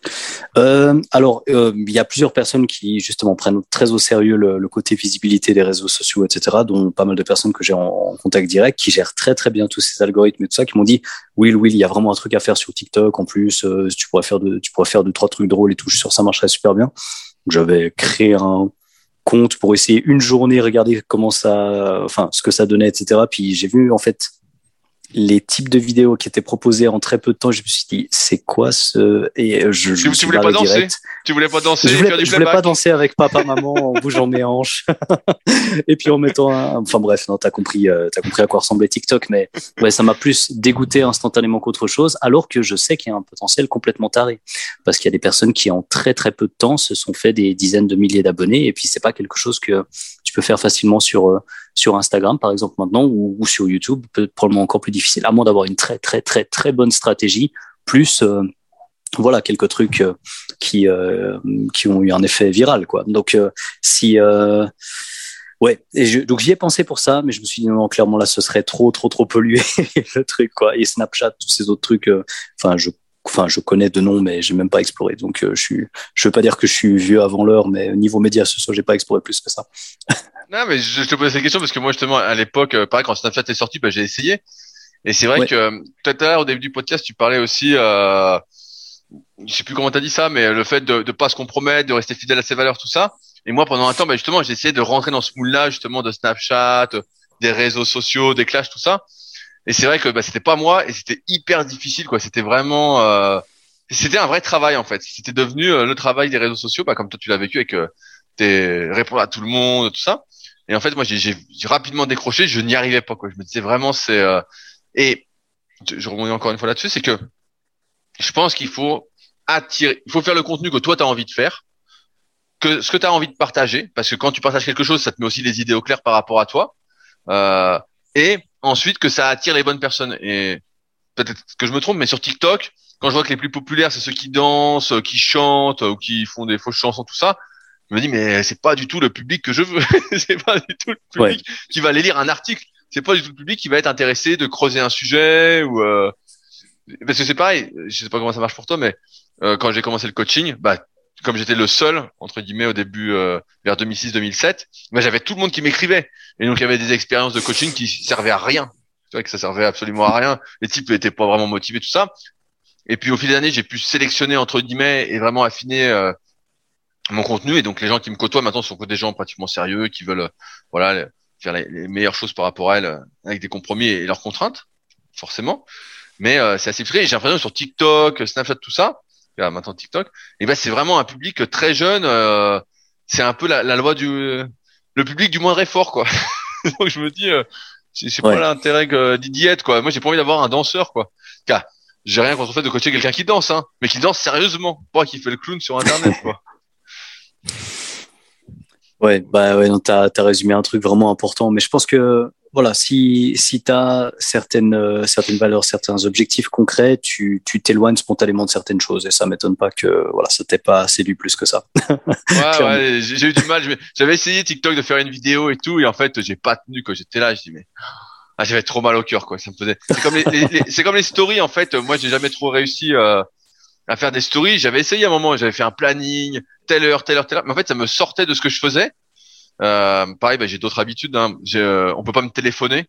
Alors, il y a plusieurs personnes qui justement prennent très au sérieux le côté visibilité des réseaux sociaux, etc., dont pas mal de personnes que j'ai en contact direct, qui gèrent très très bien tous ces algorithmes et tout ça, qui m'ont dit, Will, il y a vraiment un truc à faire sur TikTok. En plus, tu pourrais faire deux, trois trucs drôles et tout. Je suis sûr que ça marcherait super bien. Donc, j'avais créé un compte pour essayer une journée, regarder ce que ça donnait, etc. Puis j'ai vu en fait les types de vidéos qui étaient proposés en très peu de temps, je me suis dit, c'est quoi ce... Et je me Tu suis voulais pas barré danser? direct. Tu voulais pas danser, Je faire du voulais pas playback? danser avec papa, maman en bougeant mes hanches. Et puis en mettant Enfin bref, non, t'as compris à quoi ressemblait TikTok, mais ouais, ça m'a plus dégoûté instantanément qu'autre chose, alors que je sais qu'il y a un potentiel complètement taré. Parce qu'il y a des personnes qui, en très très peu de temps, se sont fait des dizaines de milliers d'abonnés, et puis c'est pas quelque chose que tu peux faire facilement sur Instagram, par exemple, maintenant, ou sur YouTube, peut-être probablement encore plus difficile, à moins d'avoir une très très très très bonne stratégie, plus voilà, quelques trucs qui ont eu un effet viral, quoi. Donc si ouais, donc j'y ai pensé pour ça, mais je me suis dit non, clairement là ce serait trop pollué le truc, quoi. Et Snapchat, tous ces autres trucs, je connais de nom, mais j'ai même pas exploré. Donc je veux pas dire que je suis vieux avant l'heure, mais niveau médias sociaux, j'ai pas exploré plus que ça. Non, mais je te posais cette question parce que moi, justement, à l'époque, pareil, quand Snapchat est sorti, j'ai essayé. Et c'est vrai Ouais, que tout à l'heure, au début du podcast, tu parlais aussi, je sais plus comment t'as dit ça, mais le fait de pas se compromettre, de rester fidèle à ses valeurs, tout ça. Et moi, pendant un temps, justement, j'ai essayé de rentrer dans ce moule-là, justement, de Snapchat, des réseaux sociaux, des clashs, tout ça. Et c'est vrai que c'était pas moi et c'était hyper difficile, quoi. C'était vraiment, c'était un vrai travail en fait. C'était devenu le travail des réseaux sociaux, comme toi tu l'as vécu avec tes répondre à tout le monde, tout ça. Et en fait, moi, j'ai rapidement décroché. Je n'y arrivais pas, quoi. Je me disais vraiment, et je rebondis encore une fois là-dessus, c'est que je pense qu'il faut attirer, il faut faire le contenu que toi tu as envie de faire, que ce que tu as envie de partager, parce que quand tu partages quelque chose, ça te met aussi les idées au clair par rapport à toi. Euh, et ensuite que ça attire les bonnes personnes. Et peut-être que je me trompe, mais sur TikTok, quand je vois que les plus populaires, c'est ceux qui dansent, qui chantent, ou qui font des fausses chansons, tout ça, je me dis, mais c'est pas du tout le public que je veux. C'est pas du tout le ouais, public qui va aller lire un article. C'est pas du tout le public qui va être intéressé de creuser un sujet ou parce que c'est pareil. Je sais pas comment ça marche pour toi, mais quand j'ai commencé le coaching, comme j'étais le seul entre guillemets au début vers 2006-2007, j'avais tout le monde qui m'écrivait et donc il y avait des expériences de coaching qui servaient à rien. C'est vrai que ça servait absolument à rien. Les types étaient pas vraiment motivés, tout ça. Et puis au fil des années, j'ai pu sélectionner entre guillemets et vraiment affiner mon contenu. Et donc les gens qui me côtoient maintenant sont que des gens pratiquement sérieux qui veulent voilà faire les meilleures choses par rapport à elles avec des compromis et leurs contraintes, forcément. Mais c'est assez frais. Et j'ai l'impression que sur TikTok, Snapchat, tout ça, maintenant TikTok, et c'est vraiment un public très jeune. C'est un peu la loi le public du moindre effort, quoi. Donc je me dis, c'est pas ouais. l'intérêt d'y être, quoi. Moi, j'ai pas envie d'avoir un danseur, quoi. Car j'ai rien contre le fait de coacher quelqu'un qui danse, hein, mais qui danse sérieusement, pas qui fait le clown sur Internet, quoi. Ouais, ouais, non, t'as résumé un truc vraiment important, mais je pense que voilà, si t'as certaines valeurs, certains objectifs concrets, tu t'éloignes spontanément de certaines choses, et ça m'étonne pas que voilà, ça t'ait pas séduit plus que ça. Ouais, Clairement. ouais, j'ai eu du mal. J'avais essayé TikTok de faire une vidéo et tout, et en fait, j'ai pas tenu, quoi. J'étais là, je dis, mais j'avais trop mal au cœur, quoi. Ça me faisait. C'est comme c'est comme les stories, en fait. Moi, j'ai jamais trop réussi à faire des stories. J'avais essayé à un moment, j'avais fait un planning, telle heure, telle heure, telle heure, mais en fait, ça me sortait de ce que je faisais. Pareil, j'ai d'autres habitudes, hein. On peut pas me téléphoner.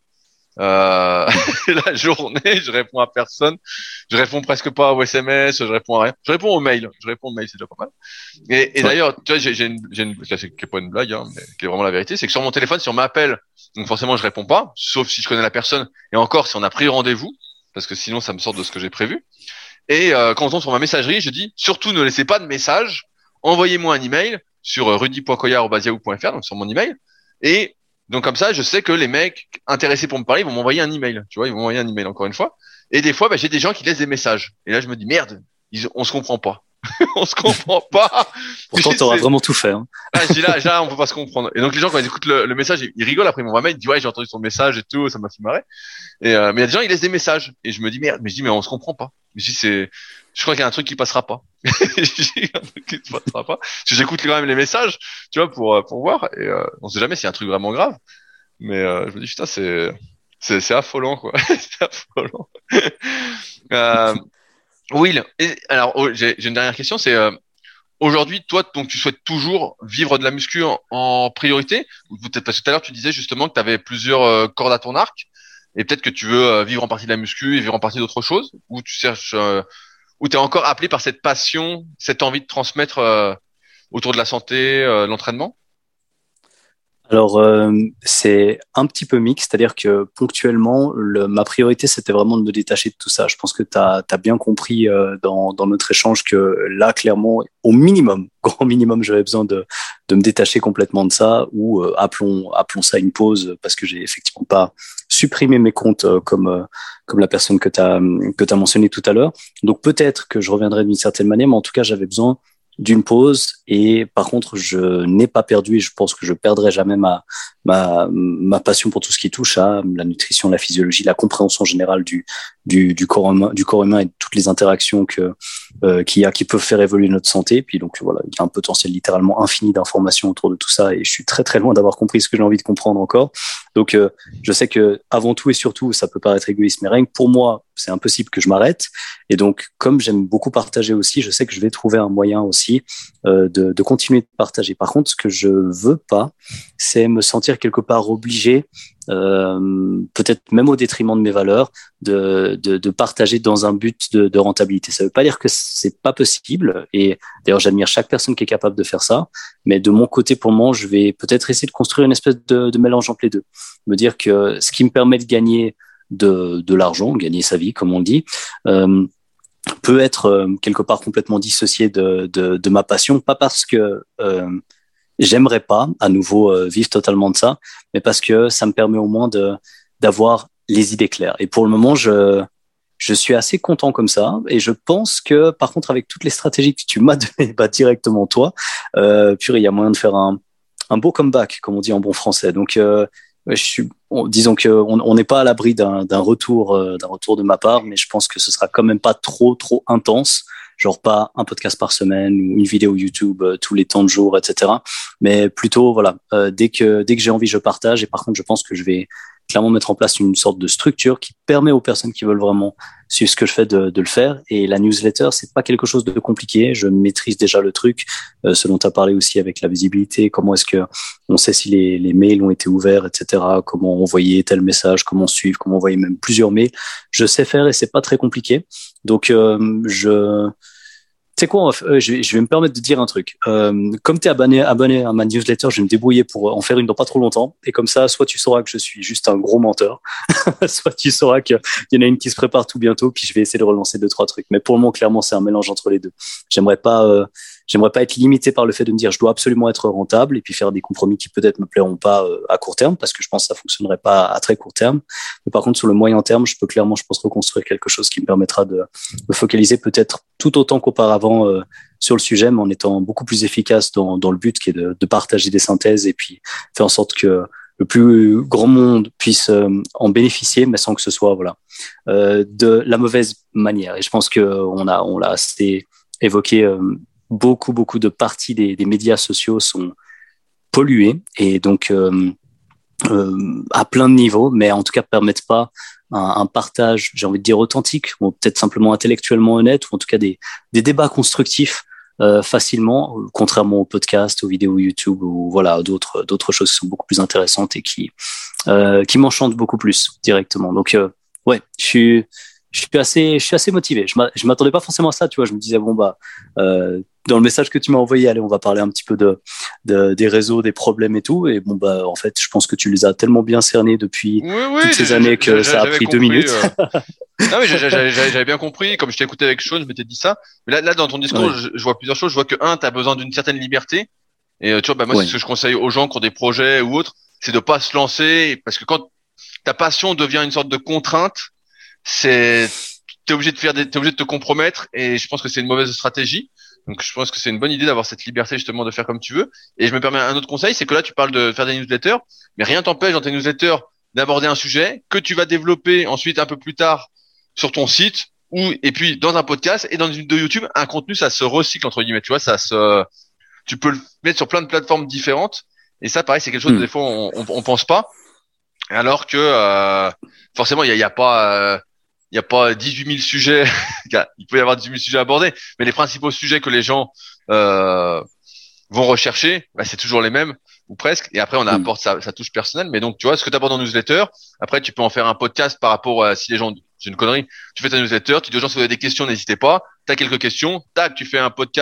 La journée, je réponds à personne. Je réponds presque pas aux SMS. Je réponds à rien. Je réponds aux mails. C'est déjà pas mal. Et Ouais. d'ailleurs, tu vois, c'est qui est pas une blague, hein, mais qui est vraiment la vérité, c'est que sur mon téléphone, si on m'appelle, donc forcément, je réponds pas, sauf si je connais la personne. Et encore, si on a pris rendez-vous, parce que sinon, ça me sort de ce que j'ai prévu. Et quand on tombe sur ma messagerie, je dis surtout ne laissez pas de message, envoyez-moi un email sur rudy.koya@yahoo.fr, donc sur mon email. Et donc comme ça, je sais que les mecs intéressés pour me parler vont m'envoyer un email. Tu vois, ils vont m'envoyer un email encore une fois. Et des fois, j'ai des gens qui laissent des messages. Et là, je me dis merde, on se comprend pas. On se comprend pas. Pourtant, t'auras vraiment tout fait. Hein. Je dis là, on peut pas se comprendre. Et donc les gens quand ils écoutent le message, ils rigolent. Après ils m'envoient un mail, ils disent ouais, j'ai entendu ton message et tout, ça m'a fait marrer. Et mais il y a des gens, ils laissent des messages. Et je me dis merde, mais je dis mais on se comprend pas. Je dis je crois qu'il y a un truc qui passera pas. Je dis, il y a un truc qui passera pas. Parce que j'écoute quand même les messages, tu vois, pour voir. Et on sait jamais s'il y a un truc vraiment grave. Mais je me dis putain, c'est affolant quoi. C'est affolant. Euh, Will, alors j'ai une dernière question, c'est aujourd'hui, toi, donc tu souhaites toujours vivre de la muscu en priorité? Ou peut-être parce que tout à l'heure tu disais justement que tu avais plusieurs cordes à ton arc, et peut-être que tu veux vivre en partie de la muscu et vivre en partie d'autre chose, ou tu cherches, ou t'es encore appelé par cette passion, cette envie de transmettre autour de la santé, l'entraînement? Alors, c'est un petit peu mixte, c'est-à-dire que ponctuellement, ma priorité, c'était vraiment de me détacher de tout ça. Je pense que tu as bien compris dans notre échange que là, clairement, au minimum, grand minimum, j'avais besoin de me détacher complètement de ça, ou appelons ça une pause, parce que j'ai effectivement pas supprimé mes comptes comme la personne que t'as mentionné tout à l'heure. Donc peut-être que je reviendrai d'une certaine manière, mais en tout cas, j'avais besoin d'une pause. Et par contre, je n'ai pas perdu et je pense que je perdrai jamais ma passion pour tout ce qui touche à la nutrition, la physiologie, la compréhension générale du corps humain et de toutes les interactions qu'il y a qui peuvent faire évoluer notre santé. Puis donc voilà, il y a un potentiel littéralement infini d'informations autour de tout ça et je suis très très loin d'avoir compris ce que j'ai envie de comprendre encore. Donc je sais que avant tout et surtout, ça peut paraître égoïste, mais rien que pour moi, c'est impossible que je m'arrête. Et donc, comme j'aime beaucoup partager aussi, je sais que je vais trouver un moyen aussi de continuer de partager. Par contre, ce que je veux pas, c'est me sentir quelque part obligé, peut-être même au détriment de mes valeurs, de partager dans un but de rentabilité. Ça veut pas dire que c'est pas possible. Et d'ailleurs, j'admire chaque personne qui est capable de faire ça. Mais de mon côté, pour moi, je vais peut-être essayer de construire une espèce de mélange entre les deux. Me dire que ce qui me permet de gagner de l'argent, gagner sa vie, comme on le dit, peut être quelque part complètement dissocié de ma passion, pas parce que j'aimerais pas à nouveau vivre totalement de ça, mais parce que ça me permet au moins d'avoir les idées claires. Et pour le moment, je suis assez content comme ça, et je pense que par contre avec toutes les stratégies que tu m'as données, bah, directement toi, purée, il y a moyen de faire un beau comeback, comme on dit en bon français. Donc disons que on n'est pas à l'abri d'un retour de ma part, mais je pense que ce sera quand même pas trop intense, genre pas un podcast par semaine ou une vidéo YouTube tous les temps de jour, etc. Mais plutôt voilà, dès que j'ai envie, je partage. Et par contre, je pense que je vais clairement mettre en place une sorte de structure qui permet aux personnes qui veulent vraiment suivre ce que je fais de le faire. Et la newsletter, c'est pas quelque chose de compliqué. Je maîtrise déjà le truc. Ce dont tu as parlé aussi avec la visibilité, comment est-ce que on sait si les mails ont été ouverts, etc. Comment envoyer tel message, comment suivre, comment envoyer même plusieurs mails. Je sais faire et c'est pas très compliqué. Donc tu sais quoi, je vais me permettre de dire un truc. Comme tu es abonné à ma newsletter, je vais me débrouiller pour en faire une dans pas trop longtemps. Et comme ça, soit tu sauras que je suis juste un gros menteur, soit tu sauras qu'il y en a une qui se prépare tout bientôt, puis je vais essayer de relancer 2-3 trucs. Mais pour le moment, clairement, c'est un mélange entre les deux. J'aimerais pas être limité par le fait de me dire je dois absolument être rentable et puis faire des compromis qui peut-être me plairont pas à court terme, parce que je pense que ça fonctionnerait pas à très court terme. Mais par contre, sur le moyen terme, je peux clairement, je pense, reconstruire quelque chose qui me permettra de me focaliser peut-être tout autant qu'auparavant sur le sujet, mais en étant beaucoup plus efficace dans le but qui est de partager des synthèses et puis faire en sorte que le plus grand monde puisse en bénéficier, mais sans que ce soit de la mauvaise manière. Et je pense que on l'a assez évoqué. Beaucoup de parties des médias sociaux sont polluées et donc à plein de niveaux, mais en tout cas permettent pas un partage, j'ai envie de dire authentique, ou peut-être simplement intellectuellement honnête, ou en tout cas des débats constructifs facilement, contrairement aux podcasts, aux vidéos YouTube ou voilà d'autres choses qui sont beaucoup plus intéressantes et qui m'enchantent beaucoup plus directement. Donc ouais, je suis assez motivé. Je m'attendais pas forcément à ça, tu vois. Je me disais bon bah dans le message que tu m'as envoyé, allez, on va parler un petit peu des réseaux, des problèmes et tout. Et bon bah en fait, je pense que tu les as tellement bien cernés depuis Oui, toutes ces années que ça a pris compris, 2 minutes. Non, mais j'avais bien compris. Comme je t'ai écouté avec Sean, je m'étais dit ça. Mais là, dans ton discours, Ouais. je vois plusieurs choses. Je vois que t'as besoin d'une certaine liberté. Et tu vois, bah moi, Ouais. c'est ce que je conseille aux gens qui ont des projets ou autres, c'est de pas se lancer, parce que quand ta passion devient une sorte de contrainte, c'est t'es obligé de te compromettre. Et je pense que c'est une mauvaise stratégie. Donc, je pense que c'est une bonne idée d'avoir cette liberté justement de faire comme tu veux. Et je me permets un autre conseil, c'est que là, tu parles de faire des newsletters, mais rien t'empêche dans tes newsletters d'aborder un sujet que tu vas développer ensuite un peu plus tard sur ton site ou et puis dans un podcast et dans une vidéo YouTube, un contenu ça se recycle entre guillemets, tu vois, tu peux le mettre sur plein de plateformes différentes et ça pareil c'est quelque chose que Hmm. des fois on pense pas alors que forcément il y a pas 18 000 sujets, il peut y avoir 18 000 sujets abordés, mais les principaux sujets que les gens euh, vont rechercher, bah, c'est toujours les mêmes ou presque. Et après, on Hmm. apporte sa touche personnelle. Mais donc, tu vois, ce que tu abordes en newsletter, après, tu peux en faire un podcast par rapport à si les gens, c'est une connerie, tu fais ta newsletter, tu dis aux gens si vous avez des questions, n'hésitez pas. T'as quelques questions, tac, tu fais un podcast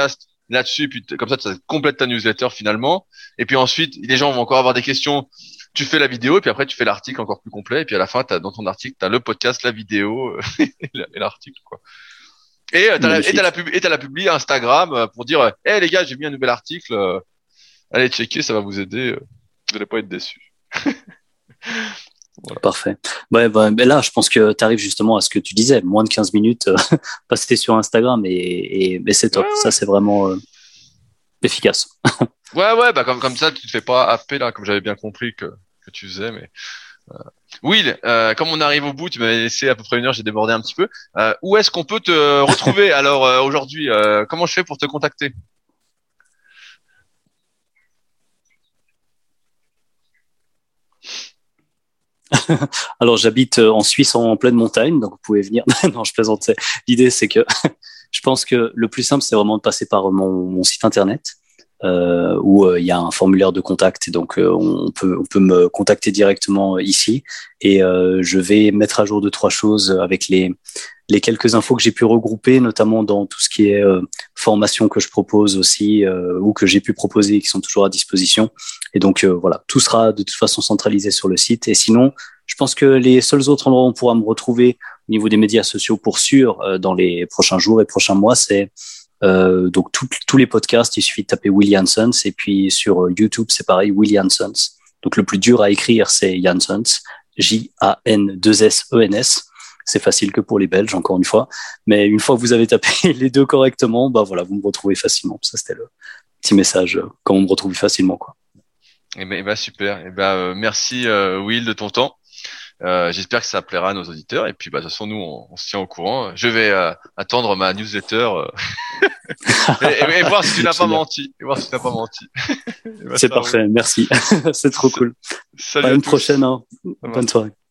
là-dessus, et puis comme ça complète ta newsletter finalement. Et puis ensuite, les gens vont encore avoir des questions. Tu fais la vidéo, et puis après tu fais l'article encore plus complet. Et puis à la fin, dans ton article, t'as le podcast, la vidéo et l'article, quoi. Et t'as la publi Instagram pour dire, hey les gars, j'ai mis un nouvel article. Allez checker, ça va vous aider. Vous n'allez pas être déçus. Voilà. Parfait. Mais là, je pense que tu arrives justement à ce que tu disais, moins de 15 minutes passer sur Instagram et c'est top. Ouais. Ça, c'est vraiment efficace. Ouais, bah comme ça, tu te fais pas happer là, comme j'avais bien compris que tu faisais. Mais Will, comme on arrive au bout, tu m'avais laissé à peu près 1 heure, j'ai débordé un petit peu. Où est-ce qu'on peut te retrouver alors aujourd'hui comment je fais pour te contacter? Alors, j'habite en Suisse en pleine montagne, donc vous pouvez venir. Non, je plaisante. L'idée, c'est que je pense que le plus simple, c'est vraiment de passer par mon site internet où il y a un formulaire de contact. Et donc, on peut me contacter directement ici. Et je vais mettre à jour 2-3 choses avec les quelques infos que j'ai pu regrouper, notamment dans tout ce qui est formation que je propose aussi ou que j'ai pu proposer et qui sont toujours à disposition. Et donc voilà, tout sera de toute façon centralisé sur le site. Et sinon, je pense que les seuls autres endroits où on pourra me retrouver au niveau des médias sociaux pour sûr dans les prochains jours et prochains mois, c'est donc tous les podcasts. Il suffit de taper Will Janssens et puis sur YouTube c'est pareil, Will Janssens. Donc le plus dur à écrire c'est Janssens, J-A-N-2-S-E-N-S. C'est facile que pour les Belges, encore une fois. Mais une fois que vous avez tapé les deux correctement, bah voilà, vous me retrouvez facilement. Ça, c'était le petit message, comment me retrouver facilement, quoi. Eh ben, super. Merci, Will, de ton temps. J'espère que ça plaira à nos auditeurs. Et puis, de toute façon, nous, on se tient au courant. Je vais attendre ma newsletter et voir si tu n'as pas menti. C'est parfait. Merci. C'est trop cool. Salut à une prochaine. Hein. Bonne soirée.